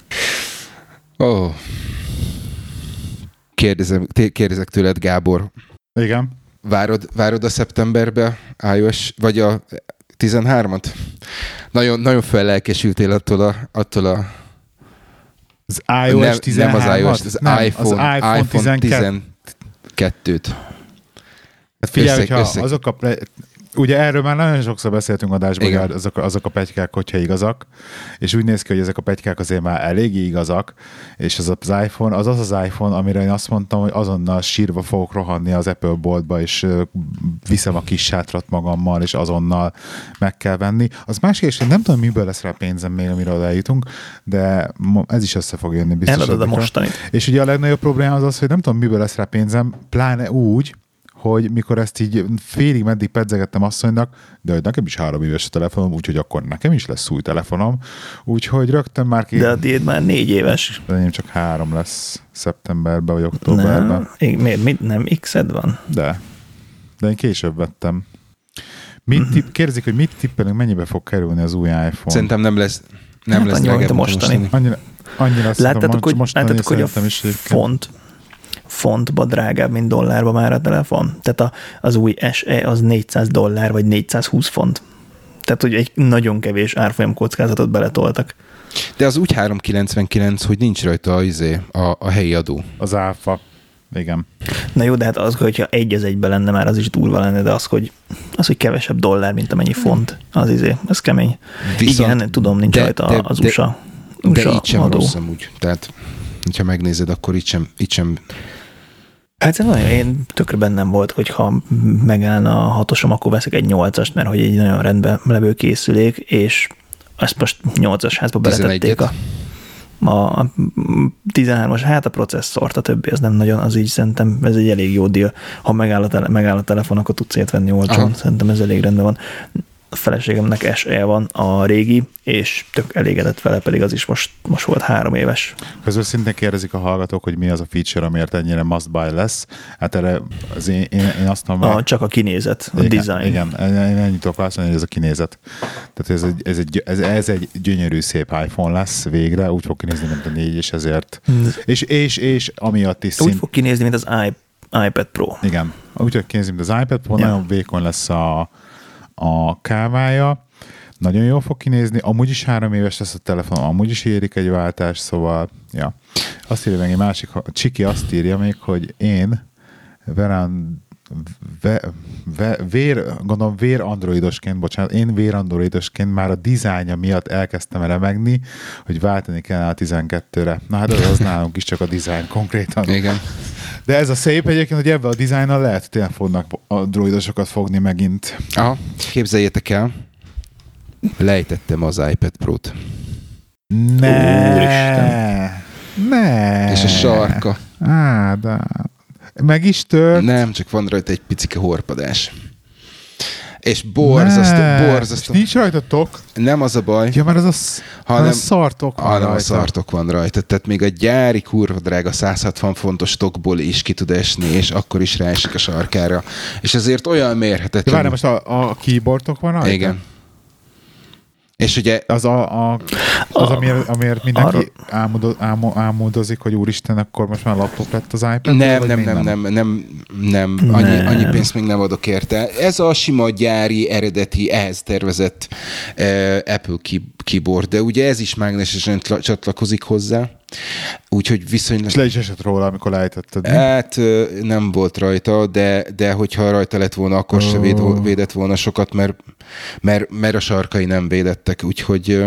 Kérdezek tőled, Gábor. Igen. Várod a szeptemberbe iOS, vagy a 13-at? Nagyon fellelkesültél attól a az iOS 13-at? Nem az iOS, az iPhone 12-t. Hát figyelj, hogyha azok ugye erről már nagyon sokszor beszéltünk adásban, hogy azok a petykák, hogyha igazak, és úgy néz ki, hogy ezek a petykák azért már eléggé igazak, és az iPhone, az iPhone, amire én azt mondtam, hogy azonnal sírva fogok rohanni az Apple boltba, és viszem a kis sátrat magammal, és azonnal meg kell venni. Az más és nem tudom, miből lesz rá pénzem még, amire eljutunk, de ez is össze fog jönni biztos. Eladod a mostani. És ugye a legnagyobb probléma az, hogy nem tudom, miből lesz rá pénzem, pláne úgy, hogy mikor ezt így félig meddig pedzegettem asszonynak, de hogy nekem is 3 éves a telefonom, úgyhogy akkor nekem is lesz új telefonom, úgyhogy rögtön már De a tiéd már 4 éves. De én csak 3 lesz szeptemberben vagy októberben. Miért nem X-ed van? De én később vettem. Kérdezik, hogy mit tippelünk, mennyibe fog kerülni az új iPhone? Szerintem nem lesz a mostani. Annyira láttátok, hogy a fontba drágább, mint dollárba már a telefon. Tehát az új SE az $400 vagy 420 font. Tehát, hogy egy nagyon kevés árfolyam kockázatot beletoltak. De az úgy 399, hogy nincs rajta a helyi adó. Az áfa. Igen. Na jó, de hát az, hogyha egy az egyben lenne, már az is durva lenne, de az, hogy kevesebb dollár, mint amennyi font, az kemény. Viszont, igen, tudom, nincs rajta az USA de így sem adó. rossz amúgy. Tehát, hogyha megnézed, akkor itt sem Hát én tökre bennem volt, hogy ha megállna a 6-osom, akkor veszek egy 8-ast, mert hogy egy nagyon rendben levő készülék, és ezt most 8-as házba beletették a 13-as, hát a processzort, a többi, ez nem nagyon, az így szerintem ez egy elég jó deal. Ha megáll a telefon, akkor tudsz ilyet venni olcsón, szerintem ez elég rendben van. A feleségemnek SE van, a régi, és tök elégedett vele, pedig az is most volt 3 éves. Közül szintén kérdezik a hallgatók, hogy mi az a feature, amiért ennyire must buy lesz. Hát erre én azt mondom... Csak a kinézet, a design. Igen, én ennyit tudok válaszolni, hogy ez a kinézet. Tehát ez egy gyönyörű, szép iPhone lesz végre, úgy fog kinézni, mint a 4, és ezért... És amiatt is úgy fog kinézni, mint az iPad Pro. Igen, úgy fog kinézni, mint az iPad Pro, nagyon vékony lesz a kávája, nagyon jól fog kinézni, amúgy is 3 éves lesz a telefon, amúgy is érik egy váltás, szóval, Azt írja meg egy másik, Csiki azt írja még, hogy én vér androidosként, bocsánat, én vér androidosként már a dizájnja miatt elkezdtem remegni, hogy váltani kellene a 12-re. Na hát az nálunk is csak a dizájn konkrétan. Igen. De ez a szép egyébként, hogy ebben a dizájnnal lehet, tényleg fognak androidosokat fogni megint. Aha, képzeljétek el, lejtettem az iPad Pro-t. Ne. És a sarka. De... Meg is tört. Nem, csak van rajta egy picike horpadás. És borzasztó. Nincs rajta tok? Nem az a baj. Ja, mert az a szartok van rajta. A szartok van rajta. Tehát még a gyári kurva drága 160 fontos tokból is ki tud esni, és akkor is ráesik a sarkára. És ezért olyan mérhetetlen. Várj, most a keyboardok van rajta? Igen. És ugye az amiért mindenki álmodozik, hogy úristen, akkor most már laptop lett az iPad? Nem. Annyi pénzt még nem adok érte. Ez a sima gyári, eredeti, ehhez tervezett Apple keyboard, de ugye ez is mágnesesen csatlakozik hozzá. Úgyhogy viszonylag... És le is esett róla, amikor lejtetted. Hát nem volt rajta, de hogyha rajta lett volna, akkor se védett volna sokat, mert a sarkai nem védettek, úgyhogy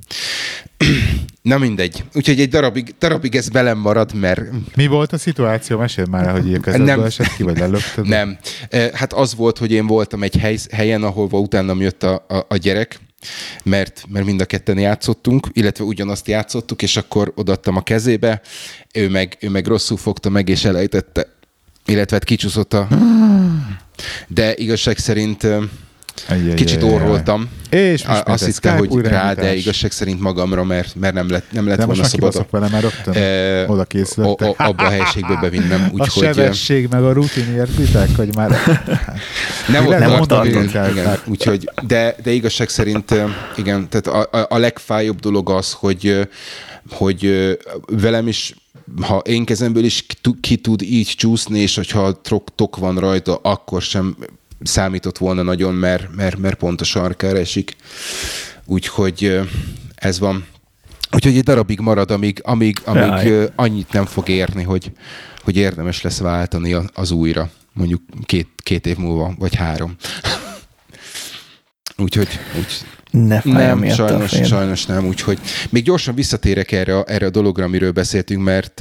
na mindegy. Úgyhogy egy darabig ez velem marad, mert... Mi volt a szituáció? Meséld már, hogy ilyen kezdetből esett ki, vagy lelökted? Nem. Hát az volt, hogy én voltam egy helyen, ahol utánam jött a gyerek, mert mind a ketten játszottunk, illetve ugyanazt játszottuk, és akkor odaadtam a kezébe, ő meg rosszul fogta meg, és elejtette, illetve kicsúszott de igazság szerint kicsit orroltam. És azt hitte, hogy rá, de igazság szerint magamra, mert nem lett volna szabad. Vele, mert rögtön oda készülöttek. Abba a helységbe bevinnem. A sebesség meg a rutin értitek, hogy már... nem volt úgyhogy, de igazság szerint igen, tehát a legfájóbb dolog az, hogy velem is, ha én kezemből is ki tud így csúszni, és hogyha tok van rajta, akkor sem számított volna nagyon, mert pont a sarkára esik. Úgyhogy ez van. Úgyhogy egy darabig marad, amíg annyit nem fog érni, hogy érdemes lesz váltani az újra. Mondjuk két év múlva, vagy 3. Úgyhogy nem, sajnos nem. Úgyhogy még gyorsan visszatérek erre a dologra, amiről beszéltünk, mert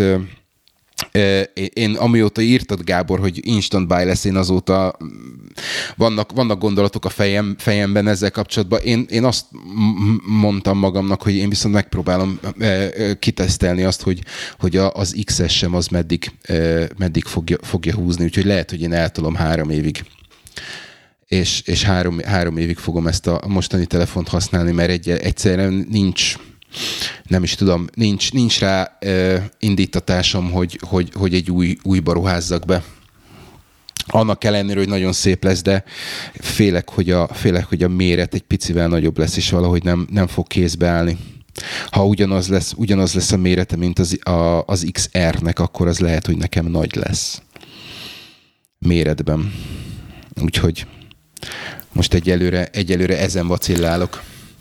én amióta írtad, Gábor, hogy instant buy lesz, én azóta vannak gondolatok a fejemben ezzel kapcsolatban. Én azt mondtam magamnak, hogy én viszont megpróbálom kitesztelni azt, hogy az XS-sem az meddig fogja húzni, úgyhogy lehet, hogy én eltolom 3 évig. És 3 évig fogom ezt a mostani telefont használni, mert egyszerűen nem is tudom, nincs rá indítatásom, hogy egy újba ruházzak be. Annak ellenére, hogy nagyon szép lesz, de félek, hogy a méret egy picivel nagyobb lesz, és valahogy nem fog kézbe állni. Ha ugyanaz lesz a mérete, mint az XR-nek, akkor az lehet, hogy nekem nagy lesz méretben. Úgyhogy most egyelőre ezen vacillálok.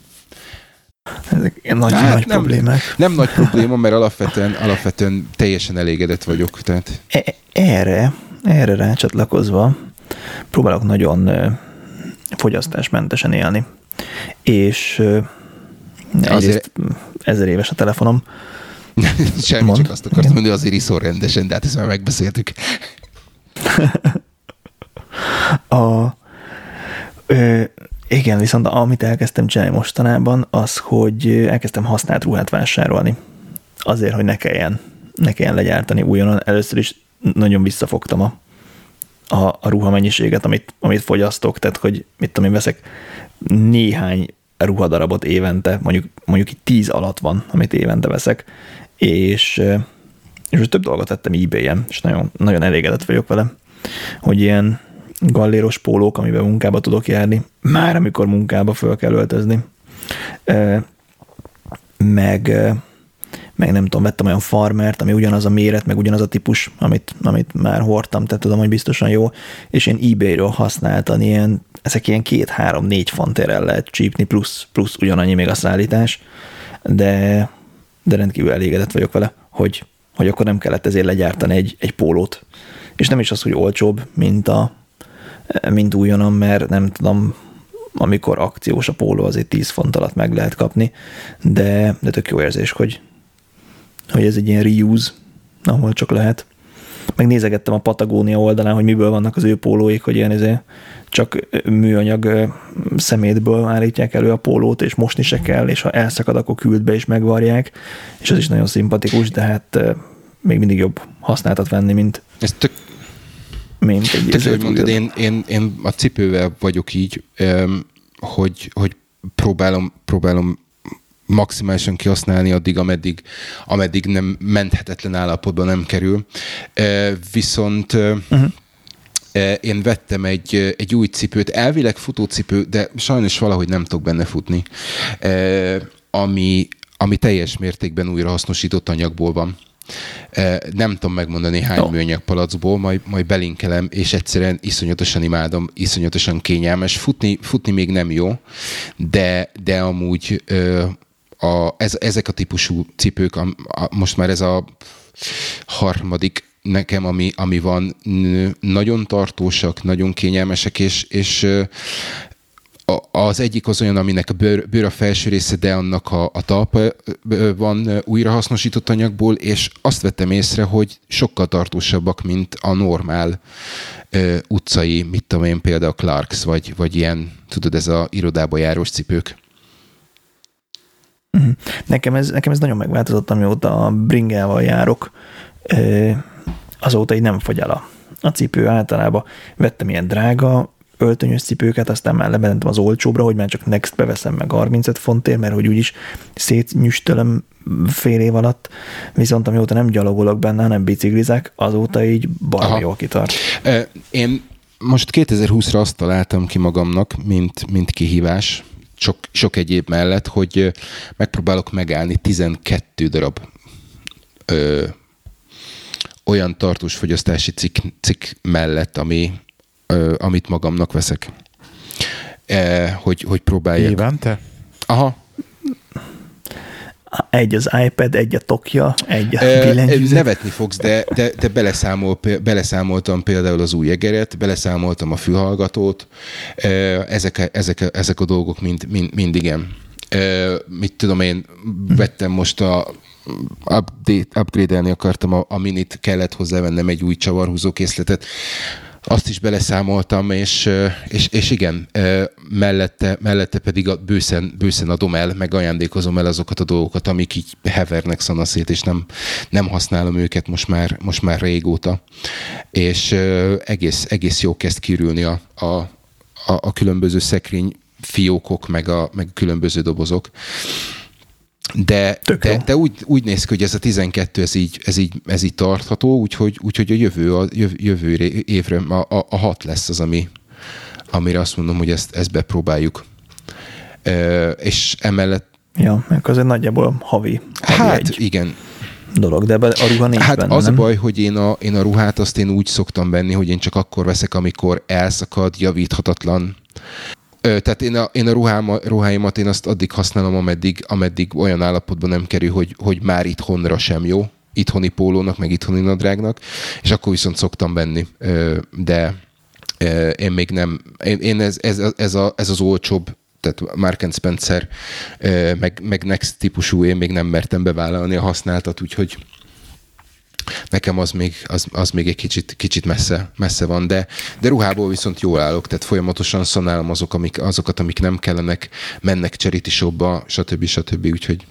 Ezek nagy problémák. Nem nagy probléma, mert alapvetően teljesen elégedett vagyok. Tehát. Erre rácsatlakozva próbálok nagyon fogyasztásmentesen élni. És azért 1000 éves a telefonom. Semmi, csak azt akartam mondani, azért iszol rendesen, de hát ezt már megbeszéltük. Igen, viszont amit elkezdtem csinálni mostanában, az, hogy elkezdtem használt ruhát vásárolni. Azért, hogy ne kelljen legyártani újonnan. Először is nagyon visszafogtam a ruhamennyiséget, amit fogyasztok, tehát hogy veszek néhány ruhadarabot évente, mondjuk itt 10 alatt van, amit évente veszek, és most több dolgot vettem eBay-en, és nagyon, nagyon elégedett vagyok vele, hogy ilyen galléros pólók, amiben munkába tudok járni, már amikor munkába föl kell öltözni. Meg nem tudom, vettem olyan farmert, ami ugyanaz a méret, meg ugyanaz a típus, amit már hordtam, tehát tudom, hogy biztosan jó, és én eBay-ről használtan ezek ilyen 2-3-4 fontért el lehet csípni, plusz ugyanannyi még a szállítás, de rendkívül elégedett vagyok vele, hogy akkor nem kellett ezért legyártani egy pólót. És nem is az, hogy olcsóbb, mint mint újonnan, mert nem tudom, amikor akciós a póló, azért 10 font alatt meg lehet kapni, de tök jó érzés, hogy ez egy ilyen reuse, ahol csak lehet. Megnézegettem a Patagonia oldalán, hogy miből vannak az ő pólóik, hogy ilyen csak műanyag szemétből állítják elő a pólót, és mosni se kell, és ha elszakad, akkor küldbe és megvarják, és az is nagyon szimpatikus, de hát még mindig jobb használtat venni, mint ez tök egy tök, hogy mondod, én a cipővel vagyok így, hogy próbálom maximálisan kihasználni addig, ameddig nem menthetetlen állapotban nem kerül. Viszont én vettem egy új cipőt, elvileg futócipő, de sajnos valahogy nem tudok benne futni, ami teljes mértékben újrahasznosított anyagból van. Nem tudom megmondani hány műanyag palacból, majd belinkelem, és egyszerűen iszonyatosan imádom, iszonyatosan kényelmes. Futni még nem jó, de amúgy ezek a típusú cipők, most már ez a harmadik nekem, ami van, nagyon tartósak, nagyon kényelmesek, és az egyik az olyan, aminek a bőr a felső része, de annak a talpa van újrahasznosított anyagból, és azt vettem észre, hogy sokkal tartósabbak, mint a normál utcai, mit tudom én, például Clarks, vagy ilyen, tudod, ez a irodába járós cipők. Nekem ez nagyon megváltozott, amióta a bringával járok, azóta így nem fogy el a cipő általában. Vettem ilyen drága öltönyös cipőket, aztán már lementem az olcsóbra, hogy már csak Next-be veszem meg 35 fontért, mert hogy úgyis szétnyüstölöm fél év alatt, viszont amióta nem gyalogolok benne, hanem biciklizek, azóta így baromi jól kitart. Én most 2020-ra azt találtam ki magamnak, mint kihívás, sok egyéb mellett, hogy megpróbálok megállni 12 darab olyan tartós fogyasztási cikk mellett, amit magamnak veszek. Hogy próbáljak. Évente? Aha. Egy az iPad, egy a Tokja, egy a billentyűzet. Nevetni fogsz, de beleszámoltam például az új egeret, beleszámoltam a fülhallgatót, ezek a dolgok mind igen. Mit tudom én, vettem most upgrade-elni akartam a minit, kellett hozzávennem egy új csavarhúzó készletet, azt is beleszámoltam, és igen, mellette pedig bőszen adom el, meg ajándékozom el azokat a dolgokat, amik így hevernek szanaszét, és nem használom őket most már régóta. És egész jó kezd kirülni a különböző szekrény fiókok, meg a különböző dobozok. De úgy néz ki, hogy ez a 12, ez így tartható, úgyhogy a jövő évre a 6 lesz az, amire azt mondom, hogy ezt bepróbáljuk. És ja, meg azért nagyjából havi egy igen. dolog, de a ruha nincs benne, az nem? A baj, hogy én a ruhát azt én úgy szoktam venni, hogy én csak akkor veszek, amikor elszakad, javíthatatlan. Tehát én a ruháimat én azt addig használom, ameddig olyan állapotban nem kerül, hogy már itthonra sem jó, itthoni pólónak, meg itthoni nadrágnak, és akkor viszont szoktam venni. De én még nem, én ez az olcsóbb, tehát Mark & Spencer, meg Next típusú, én még nem mertem bevállalni a használtat, úgyhogy nekem az még egy kicsit messze van, de ruhából viszont jól állok, tehát folyamatosan szanálom azokat, amik nem kellenek, mennek charity shopba, stb. Úgyhogy...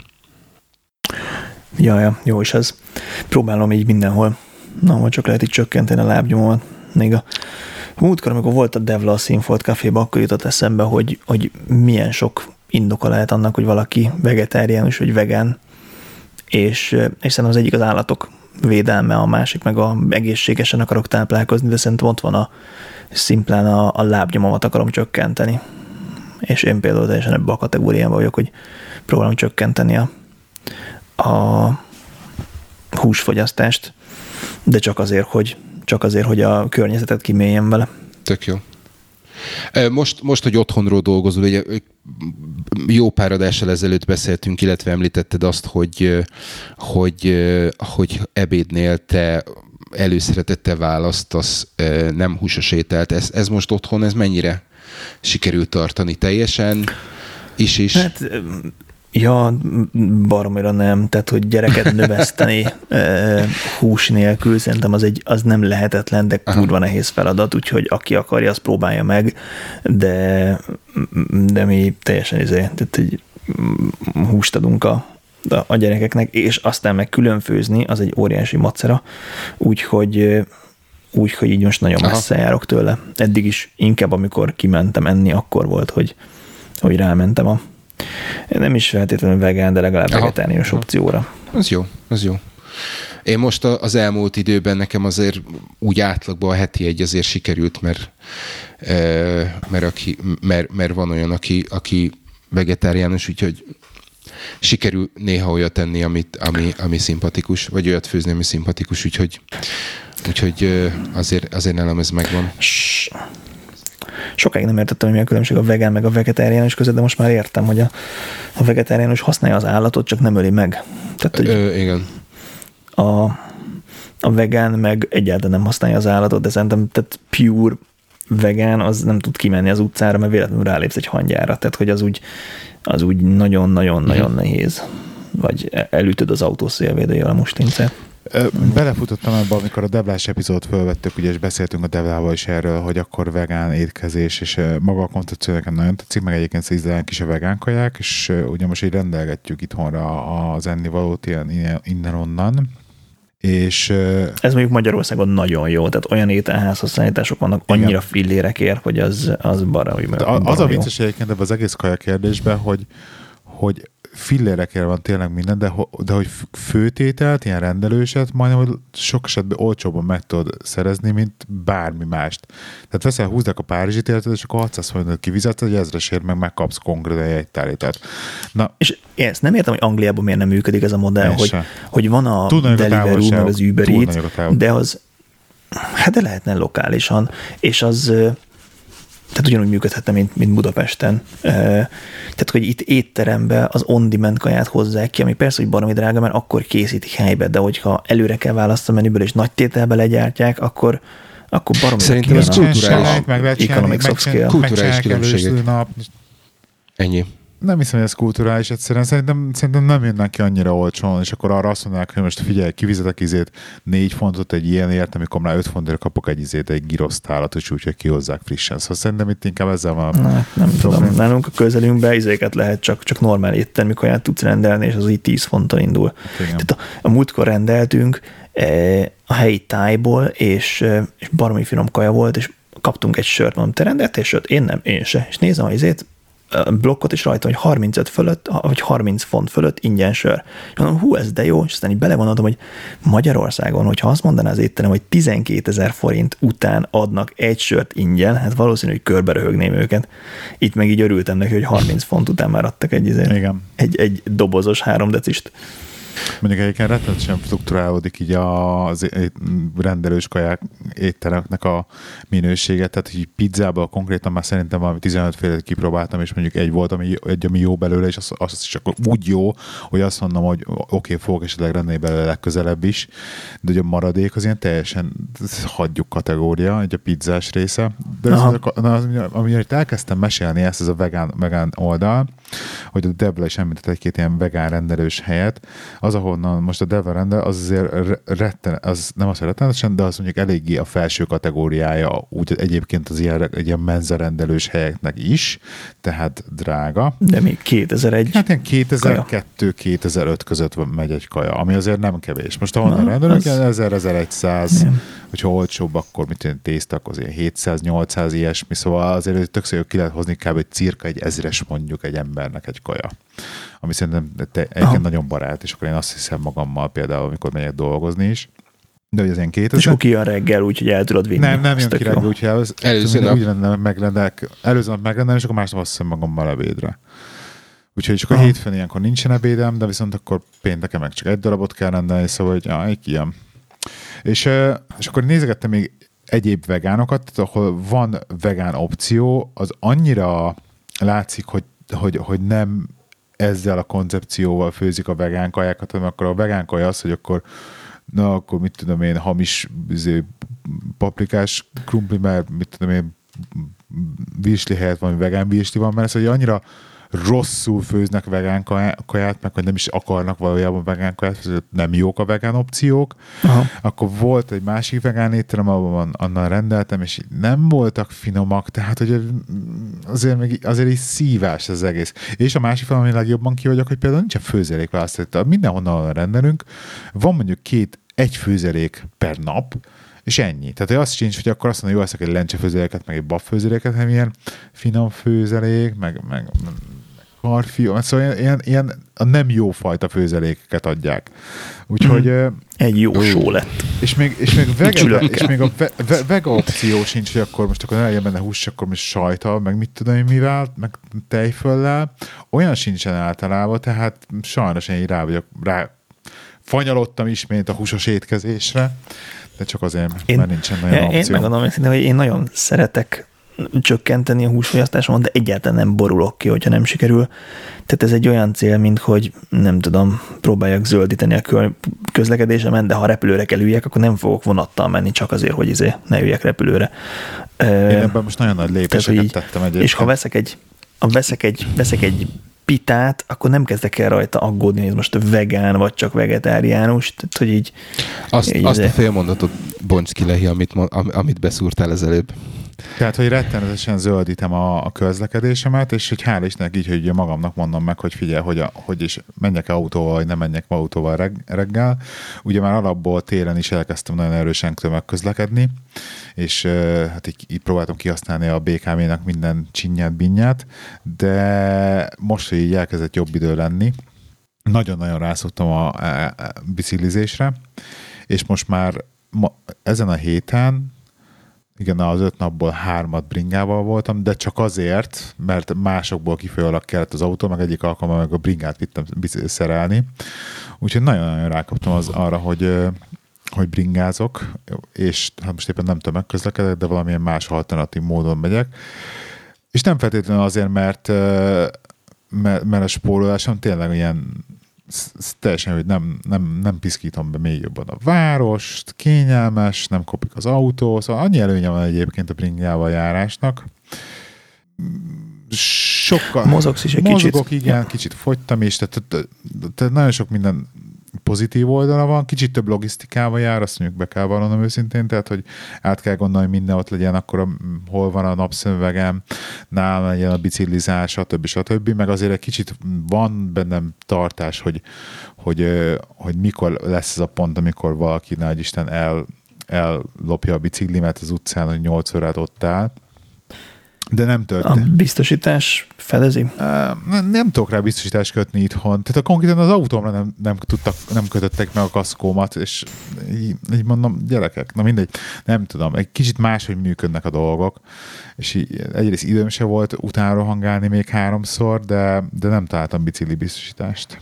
Ja, jó is ez. Próbálom így mindenhol, ahol csak lehet így csökkenteni a lábnyomomat. Még a múltkor, amikor volt a Devla a Színfolt Caféba, akkor jutott eszembe, hogy milyen sok indoka lehet annak, hogy valaki vegetáriánus vagy vegán, és szerintem az egyik az állatok védelme, a másik meg egészségesen akarok táplálkozni, de szerintem ott van szimplán a lábnyomomat akarom csökkenteni. És én például teljesen ebben a kategóriában vagyok, hogy próbálom csökkenteni a húsfogyasztást, de csak azért, hogy a környezetet kiméljen vele. Tök jó. Most, hogy otthonról dolgozol, ugye jó pár adással ezelőtt beszéltünk, illetve említetted azt, hogy ebédnél te előszeretettel választasz nem húsos ételt. Ez most otthon, ez mennyire sikerült tartani? Teljesen is? Hát, ja, baromira nem. Tehát, hogy gyereket növeszteni hús nélkül, szerintem az nem lehetetlen, de kurva nehéz feladat, úgyhogy aki akarja, az próbálja meg, de mi teljesen tehát egy húst adunk a gyerekeknek, és aztán meg különfőzni, az egy óriási macera, úgyhogy így most nagyon messze járok tőle. Eddig is inkább, amikor kimentem enni, akkor volt, hogy rámentem nem is feltétlenül vegán, de legalább vegetáriánus opcióra. Ez jó. Én most az elmúlt időben nekem azért úgy átlagban a heti egy azért sikerült, mert van olyan, aki vegetáriánus, úgyhogy sikerül néha olyat tenni, ami szimpatikus, vagy olyat főzni, ami szimpatikus, úgyhogy azért nálam ez megvan. Sokáig nem értettem, hogy mi a különbség a vegán meg a vegetáriánus között, de most már értem, hogy a vegetáriánus használja az állatot, csak nem öli meg. Tehát, hogy igen. A vegán meg egyáltalán nem használja az állatot, de szerintem tehát pure vegán az nem tud kimenni az utcára, mert véletlenül rálépsz egy hangyára. Tehát, hogy az úgy nagyon-nagyon-nagyon nehéz. Vagy elütöd az autó szélvédőjével a mustincát. Belefutottam ebbe, amikor a Deblás epizódot fölvettük, ugye, és beszéltünk a Deblával is erről, hogy akkor vegán étkezés, és maga a koncepció nekem nagyon tetszik, meg egyébként ízlelnek is a vegán kaják, és ugye most így rendelgetjük itthonra az ennivalót innen-onnan. És ez mondjuk Magyarországon nagyon jó, tehát olyan ételházhoz szállítások vannak annyira fillérekért, hogy az baromi az a vicces egyébként ebben az egész kaja kérdésben, hogy fillérekért van tényleg minden, de hogy főtételt, ilyen rendelőset, majdnem, hogy sok esetben olcsóban meg tudod szerezni, mint bármi mást. Tehát veszel, húzdák a párizsi téletet, és akkor 600 forintot kivizetsz, egy 1000-esért meg megkapsz konkrétan egy tállítást. És én ezt nem értem, hogy Angliában miért nem működik ez a modell, hogy van a Deliveroo, meg az Uber Eats, de az, hát de lehetne lokálisan, és az tehát ugyanúgy működhetne, mint Budapesten. Tehát, hogy itt étterembe az on-demand kaját hozzák ki, ami persze, hogy baromi drága, mert akkor készítik helybe, de hogyha előre kell választani a menüből, és nagy tételbe legyártják, akkor baromi szerintem ez kulturális economics of scale. Kulturális különbségek. Ennyi. Nem hiszem, hogy ez kulturális egyszerűen. Szerintem nem jönnek ki annyira olcsón, és akkor arra azt mondják, hogy most figyelj, kivizetek 4 fontot egy ilyenért, amikor már 5 fontért kapok egy girosztálat, és úgyhogy kihozzák frissen. Szóval szerintem itt inkább ezzel van nem tudom. Nálunk a közelünkben izéket lehet csak normál éttermi kaját tudsz rendelni, és az így 10 fonton indul. Tehát a múltkor rendeltünk a helyi tájból, és baromi finom kaja volt, és kaptunk egy sört, mondom, te rendeltél sört? Én nem, én se. És nézem az blokkot is rajta, hogy 35 fölött, vagy 30 font fölött ingyen sör. És mondom, ez de jó, és aztán így belegondoltam, hogy Magyarországon, hogyha azt mondaná az étterem, hogy 12 000 forint után adnak egy sört ingyen, hát valószínű, hogy körbe röhögném őket. Itt meg így örültem neki, hogy 30 font után már adtak egy dobozos 3 decist. Mondjuk egyébként rettenetesen fluktuálódik így a rendelős kaják étteremeknek a minősége, tehát hogy pizzából konkrétan már szerintem valami 15 félet kipróbáltam, és mondjuk egy volt, ami jó belőle, és az is csak úgy jó, hogy azt mondom, hogy oké, fogok esetleg rendelni belőle legközelebb is, de hogy a maradék az ilyen teljesen hagyjuk kategória, egy a pizzás része. De amiért elkezdtem mesélni ezt, ez a vegán oldal, hogy a Debla is említett egy-két ilyen vegán rendelős helyet, az, ahonnan most a Debla rendel, az azért az nem azt rettenetesen, de az mondjuk eléggé a felső kategóriája, úgy egyébként az ilyen menza rendelős helyeknek is, tehát drága. De még 2001? Hát ilyen 2002-2005 között megy egy kaja, ami azért nem kevés. Most ahonnan rendelünk, 1000-1100, hogyha olcsóbb, akkor tészta, akkor azért 700-800 ilyesmi, szóval azért többször ki lehet hozni kb. Cirka egy 1000-es mondjuk egy embernek egy kaja, ami szerintem egyébként nagyon barát, és akkor én azt hiszem magammal például, amikor megyek dolgozni is, de hogy az ilyen 2000... És akkor kijön reggel, úgyhogy el tudod vinni. Nem jön ki reggel, úgyhogy előző nap megrendelni, és akkor másnap azt hiszem magammal ebédre. Úgyhogy csak a hétfőn ilyenkor nincsen ebédem, de viszont akkor pénteken meg csak egy darabot kell rendelni, szóval hogy ilyen. És akkor nézegettem még egyéb vegánokat, tehát ahol van vegán opció, az annyira látszik, hogy nem ezzel a koncepcióval főzik a vegán kajákat, hanem akkor a vegán kaja az, hogy akkor na akkor mit tudom én, hamis paprikás krumpli, mert mit tudom én, virsli helyett valami vegán virsli van, mert ez, hogy annyira rosszul főznek vegán kaját, meg hogy nem is akarnak valójában vegán kaját, nem jók a vegán opciók. Aha. Akkor volt egy másik vegán étterem, ahol annál rendeltem, és nem voltak finomak, tehát hogy azért így szívás az egész. És a másik fel, ami legjobban ki vagyok, hogy például nincsen főzelék választani. Mindenhonnan rendelünk, van mondjuk egy főzelék per nap, és ennyi. Tehát az sincs, hogy akkor azt mondja, jó, eszek egy lencsefőzeléket, meg egy babfőzeléket, hanem ilyen finom főzelék, meg karfió, szóval ilyen a nem jó fajta főzelékeket adják. Úgyhogy... Egy jó só lett. És még a vega opció sincs, hogy akkor most akkor ne legyen benne hús, akkor most sajtal, meg mit tudom én mivel, meg tejföllel. Olyan sincsen általában, tehát sajnos én rá fanyalottam ismét a húsos étkezésre, de csak azért, mert nincsen nagyon opció. Én megmondom őszintén, hogy én nagyon szeretek csökkenteni a húsfogyasztásomat, de egyáltalán nem borulok ki, hogyha nem sikerül. Tehát ez egy olyan cél, mint hogy nem tudom, próbáljak zöldíteni a közlekedésemen, de ha repülőre kell üljek, akkor nem fogok vonattal menni csak azért, hogy ne üljek repülőre. Én ebben most nagyon nagy lépéseket tettem egyébként. És ha veszek egy pitát, akkor nem kezdek el rajta aggódni, hogy ez most vegán, vagy csak vegetáriánus. Tehát, hogy így... Azt a félmondatot bonts ki, Lehi, amit beszúrtál az előbb. Tehát, hogy rettenetesen zöldítem a közlekedésemet, és hogy hál' Istennek így, hogy magamnak mondom meg, hogy figyelj, hogy is menjek autóval, vagy nem menjek autóval reggel. Ugye már alapból télen is elkezdtem nagyon erősen tömegközlekedni, és hát így próbáltam kihasználni a BKV-nak minden csinyát, binyát, de most, hogy így elkezdett jobb idő lenni, nagyon-nagyon rászoktam a biciklizésre, és most már ezen a héten igen, az 5 napból 3 bringával voltam, de csak azért, mert másokból kifolyólag kellett az autó, meg egyik alkalommal meg a bringát vittem szerelni. Úgyhogy nagyon-nagyon rákaptam arra, hogy bringázok, és hát most éppen nem tömegközlekedek, de valamilyen más alternatív módon megyek. És nem feltétlenül azért, mert a spórolásom tényleg ilyen teljesen, hogy nem piszkítom be még jobban a várost, kényelmes, nem kopik az autó, szóval annyi előnye van egyébként a bringával járásnak. Sokkal... Mozogsz is egy Mozogok, kicsit. Igen, kicsit fogytam is, tehát nagyon sok minden pozitív oldala van, kicsit több logisztikával jár, azt mondjuk be kell vallanom őszintén, tehát, hogy át kell gondolni, hogy minden ott legyen, akkor hol van a napszemüvegem, nálam legyen a biciklizás, stb. Meg azért egy kicsit van bennem tartás, hogy mikor lesz ez a pont, amikor valaki, nagy Isten, ellopja a biciklimet az utcán, hogy 8 órát ott áll. De nem történt. A biztosítás fedezi? Nem tudok rá biztosítást kötni itthon. Tehát konkrétan az autómra nem kötöttek meg a kaszkómat, és így mondom, gyerekek, na mindegy, nem tudom. Egy kicsit máshogy működnek a dolgok, és egyrészt időm se volt utána rohangálni még 3-szor, de nem találtam bicikli biztosítást.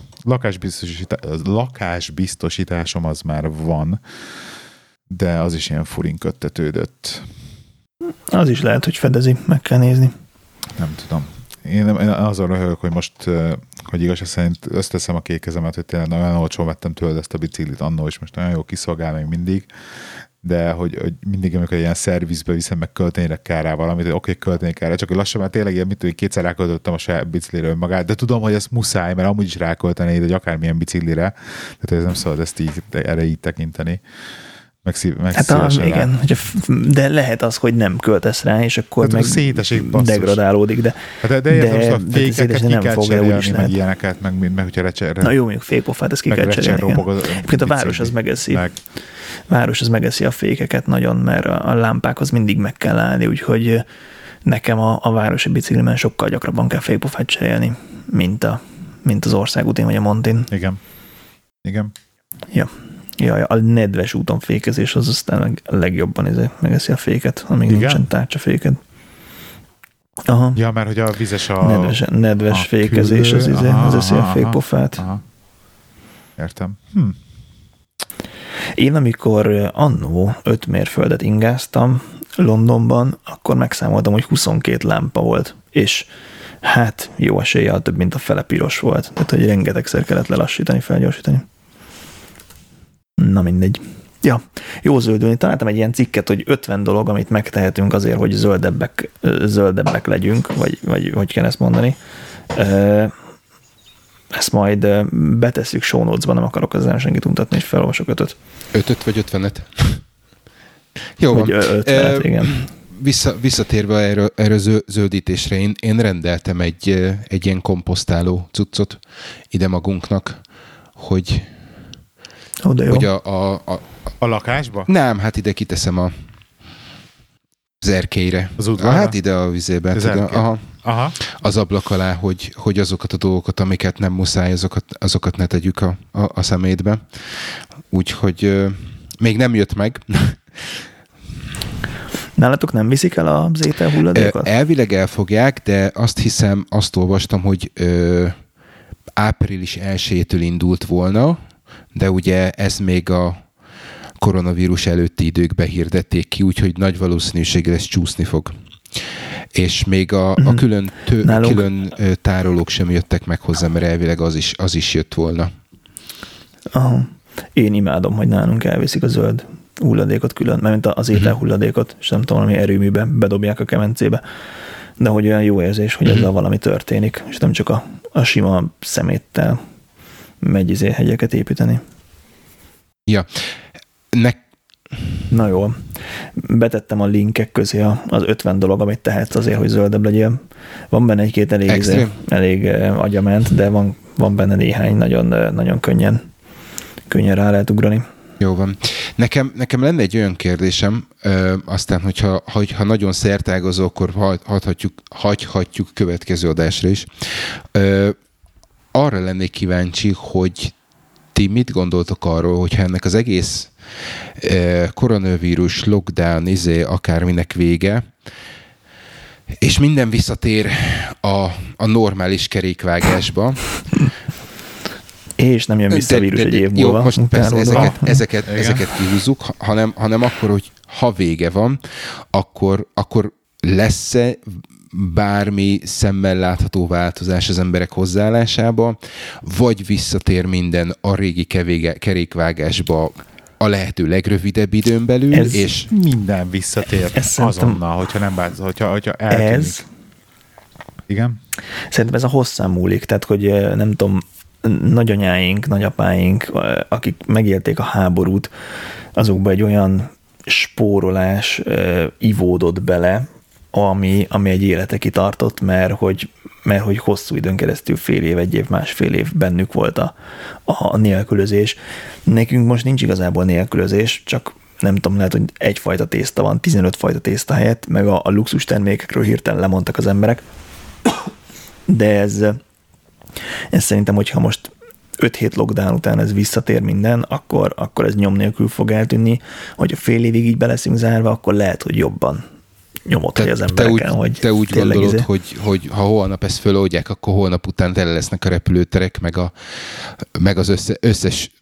Lakásbiztosításom az már van, de az is ilyen furin köttetődött. Az is lehet, hogy fedezi, meg kell nézni. Nem tudom. Én azon röhögök, hogy most, hogy igazság szerint összeteszem a kék kezemet, hogy tényleg nagyon olcsón vettem tőle ezt a biciklit annól, és most nagyon jó kiszolgál még mindig, de hogy mindig, amikor ilyen szervizbe viszem, meg költényre kell rá valamit, hogy oké, költeni kell rá, csak hogy lassan már tényleg ilyen, mit tudom, 2-szer ráköltöttem a saját bicikliről magát, de tudom, hogy ez muszáj, mert amúgy is rákölteni, de akármilyen biciklire, tehát ez nem szabad ezt erre így tekinteni. Hát igen, de lehet az, hogy nem költesz rá, és akkor hát meg degradálódik, de most a fékeket ki kell cserélni, meg ilyeneket, meg hogyha recserélni. Na jó, mondjuk fékpofát, ezt ki kell cserélni. Egyébként a város az megeszi. Város az megeszi a fékeket nagyon, mert a lámpákhoz mindig meg kell állni, úgyhogy nekem a városi biciklimen sokkal gyakrabban kell fékpofát cserélni, mint az országútén vagy a Montin. Igen. Ja, a nedves úton fékezés az aztán a legjobban megeszi a féket, amíg nincsen tárcsaféked. Aha. Ja, mert hogy a vizes a... Nedves fékezés az eszi a fékpofát. Aha. Értem. Én amikor annó 5 mérföldet ingáztam Londonban, akkor megszámoltam, hogy 22 lámpa volt, és hát jó eséllyel több, mint a fele piros volt. Tehát, hogy rengetegszer kellett lelassítani, felgyorsítani. Na mindegy. Ja, jó zöldülni. Találtam egy ilyen cikket, hogy 50 dolog, amit megtehetünk azért, hogy zöldebbek legyünk, vagy hogy kell ezt mondani. Ezt majd betesszük show notes-ban, nem akarok ezzel senkit untatni, és felolvasok 5-öt. 5-öt vagy 50-et? Jó van. 50-et, igen. Visszatérve erre zöldítésre, én rendeltem egy ilyen komposztáló cuccot ide magunknak, hogy hogy a lakásba? Nem, hát ide kiteszem az erkélyre. Az udvarra? Hát ide a vizébe. Aha. Az ablak alá, hogy azokat a dolgokat, amiket nem muszáj, azokat ne tegyük a szemétbe. Úgyhogy még nem jött meg. Nálatok nem viszik el az ételhulladékot? Elvileg elfogják, de azt olvastam, hogy április 1-től indult volna, de ugye ez még a koronavírus előtti időkben hirdették ki, úgyhogy nagy valószínűséggel ez csúszni fog. És még a külön tárolók sem jöttek meg hozzá, mert elvileg az is jött volna. Aha. Én imádom, hogy nálunk elviszik a zöld hulladékot külön, mert az ételhulladékot, és nem tudom, valami erőműbe bedobják a kemencébe, de hogy olyan jó érzés, hogy ezzel valami történik, és nem csak a sima szeméttel megy hegyeket építeni. Ja. Na jó. Betettem a linkek közé az 50 dolog, amit tehetsz azért, hogy zöldebb legyél. Van benne egy-két elég agyament, de van benne néhány nagyon könnyen rá lehet ugrani. Jó van. Nekem lenne egy olyan kérdésem, aztán, hogyha nagyon szertágazó, akkor hagyhatjuk következő adásra is. Arra lennék kíváncsi, hogy ti mit gondoltok arról, hogyha ennek az egész koronavírus, lockdown, akárminek vége, és minden visszatér a normális kerékvágásba. És nem jön vissza a vírus egy év múlva. Jó, most persze ezeket kihúzzuk, hanem akkor, hogy ha vége van, akkor lesz-e bármi szemmel látható változás az emberek hozzáállásába, vagy visszatér minden a régi kerékvágásba a lehető legrövidebb időn belül, és minden visszatér azonnal, hogyha nem hogyha eltűnik. Igen? Szerintem ez a hosszán múlik, tehát hogy nem tudom, nagyanyáink, nagyapáink, akik megélték a háborút, azokba egy olyan spórolás ivódott bele, ami egy élete kitartott, mert hogy hosszú időn keresztül fél év, egy év, másfél év bennük volt a nélkülözés. Nekünk most nincs igazából nélkülözés, csak nem tudom, lehet, hogy egyfajta tészta van, 15 fajta tészta helyett, meg a luxus termékekről hirtelen lemondtak az emberek. De ez szerintem, hogyha most 5 hét lockdown után ez visszatér minden, akkor ez nyom nélkül fog eltűnni. Hogyha fél évig így be leszünk zárva, akkor lehet, hogy jobban nyomot hogy az embereken. Te úgy gondolod, hogy ha holnap ezt föloldják, akkor holnap után tele lesznek a repülőterek, meg az összes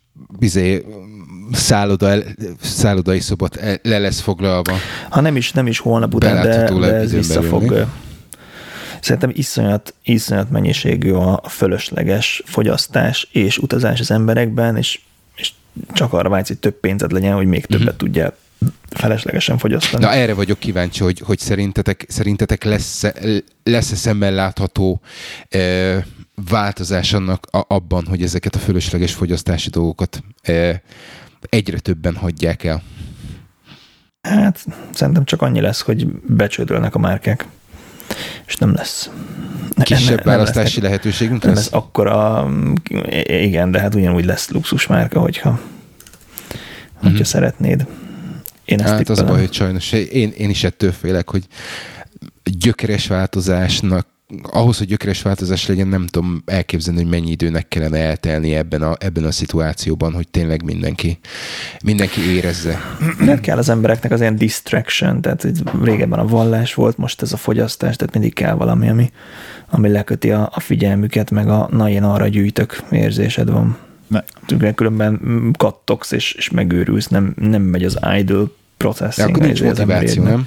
szállodai szobat le lesz foglalva. Ha nem is holnap után, de ez vissza fog. Szerintem iszonyat mennyiségű a fölösleges fogyasztás és utazás az emberekben, és csak arra vágysz, hogy több pénzed legyen, hogy még többet tudjál feleslegesen fogyasztani. Na erre vagyok kíváncsi, hogy szerintetek lesz-e szemmel látható változás annak abban, hogy ezeket a fölösleges fogyasztási dolgokat egyre többen hagyják el? Hát szerintem csak annyi lesz, hogy becsődölnek a márkák, és nem lesz. Kisebb választási lehetőségünk lesz? Nem lesz akkora, igen, de hát ugyanúgy lesz luxusmárka, hogyha szeretnéd. Én ezt hát az a baj, hogy sajnos én is ettől félek, hogy gyökeres változásnak, ahhoz, hogy gyökeres változás legyen, nem tudom elképzelni, hogy mennyi időnek kellene eltelni ebben a szituációban, hogy tényleg mindenki érezze. Nem kell az embereknek az ilyen distraction, tehát régebben a vallás volt, most ez a fogyasztás, tehát mindig kell valami, ami leköti a figyelmüket, meg én arra gyűjtök érzésed van. Különben kattogsz és megőrülsz, nem megy az idle processing. De akkor nincs motiváció, nem?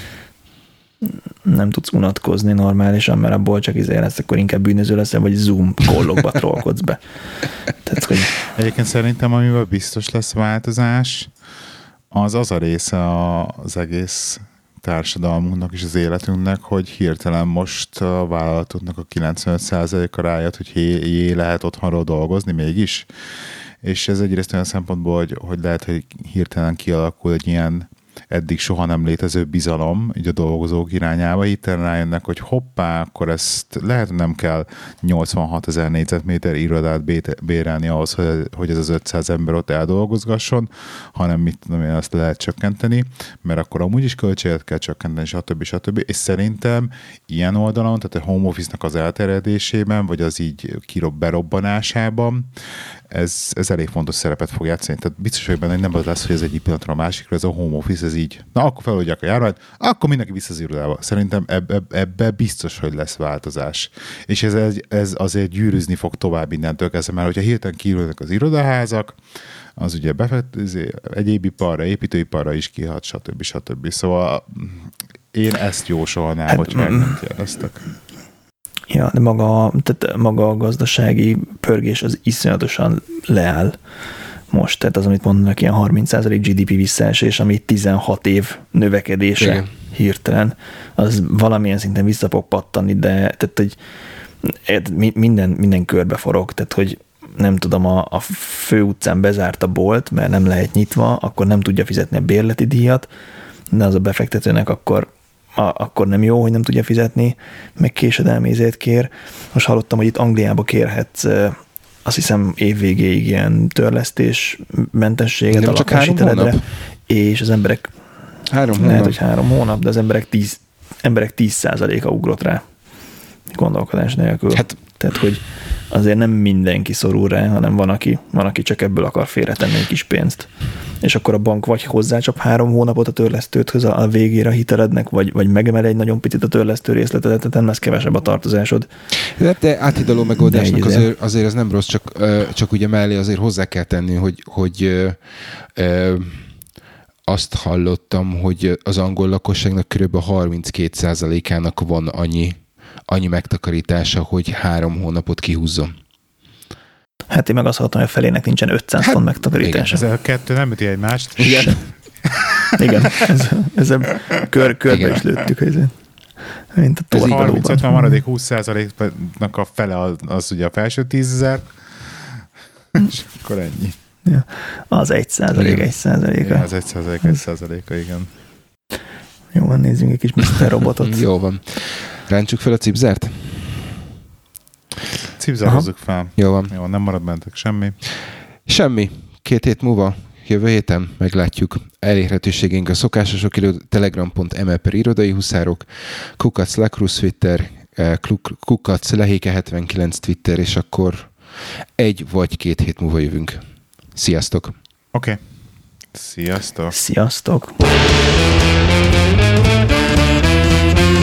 Nem tudsz unatkozni normálisan, mert abból csak lesz, akkor inkább bűnöző leszel, vagy Zoom callokba trollkodsz be. Tehát, hogy Egyébként szerintem, amivel biztos lesz változás, az a része az egész társadalmunknak és az életünknek, hogy hirtelen most a vállalatoknak a 95%-a rájött, hogy lehet otthonról dolgozni mégis. És ez egyrészt olyan szempontból, hogy lehet, hogy hirtelen kialakul egy ilyen eddig soha nem létező bizalom így a dolgozók irányába, hirtelen rájönnek, hogy hoppá, akkor ezt lehet, hogy nem kell 86 000 négyzetméter irodát bérelni ahhoz, hogy ez az 500 ember ott eldolgozgasson, hanem mit tudom én, azt lehet csökkenteni, mert akkor amúgy is költséget kell csökkenteni, stb. És szerintem ilyen oldalon, tehát a home office-nak az elterjedésében, vagy az így berobbanásában ez elég fontos szerepet fog játszani. Tehát biztos vagyok benne, hogy nem az lesz, hogy ez egyik pillanatra a másikra, ez a home office, ez így. Na, akkor feloldják a járványt, akkor mindenki vissza az irodába. Szerintem ebbe biztos, hogy lesz változás. És ez azért gyűrűzni fog tovább innentől kezdve, mert hogyha hirtelen kiürülnek az irodaházak, az ugye egyéb iparra, építőiparra is kihat, stb. Szóval én ezt jósolnám, hogy nem kérdeztek. Ja, de maga a gazdasági pörgés az iszonyatosan leáll most. Tehát az, amit mondanak, ilyen 30% GDP visszaesés, ami 16 év növekedése. Igen. Hirtelen, az valamilyen szinten vissza fog pattani, de tehát, hogy minden körbe forog, tehát, hogy nem tudom, a főutcán bezárt a bolt, mert nem lehet nyitva, akkor nem tudja fizetni a bérleti díjat, de az a befektetőnek akkor nem jó, hogy nem tudja fizetni, meg késedelmézét kér. Most hallottam, hogy itt Angliába kérhetsz azt hiszem évvégéig ilyen törlesztésmentességet a lakáshiteledre, és az emberek 3 hónap. Lehet, hogy 3 hónap, de az emberek 10%-a ugrott rá gondolkodás nélkül. Hát, tehát, hogy azért nem mindenki szorul rá, hanem van, aki csak ebből akar félretenni egy kis pénzt. És akkor a bank vagy hozzácsap 3 hónapot a törlesztőthöz a végére a hitelednek, vagy megemel egy nagyon picit a törlesztő részletedet, tehát nem lesz kevesebb a tartozásod. De áthidaló megoldásnak azért ez nem rossz, csak ugye mellé azért hozzá kell tenni, hogy azt hallottam, hogy az angol lakosságnak kb. 32%-ának van annyi megtakarítása, hogy 3 hónapot kihúzzon. Hát én meg azt hallottam, hogy a felének nincsen 500 font megtakarítása. Ez a kettő nem üti egymást. Igen. Igen. Ez körbe is lőttük. Mint a torbalóban. 35, a maradék 20%-nak a fele az ugye a felső 10 000, és akkor ennyi. Ja. Az 1%. Ja, az 1%, igen. Jó van, nézzünk egy kis Mr. Robotot. Jó van. Ráncsuk fel a cipzert? Cipzarozzuk fel. Jó van. Jó, nem marad bentek semmi. Semmi. 2 hét múlva, jövő héten meglátjuk. Elérhetőségünk a szokásos telegram.me/irodai huszárok, Kukac Lakrus Twitter, Kukac Lehéke79 Twitter, és akkor 1 vagy 2 hét múlva jövünk. Sziasztok! Oké. Sziasztok! Sziasztok!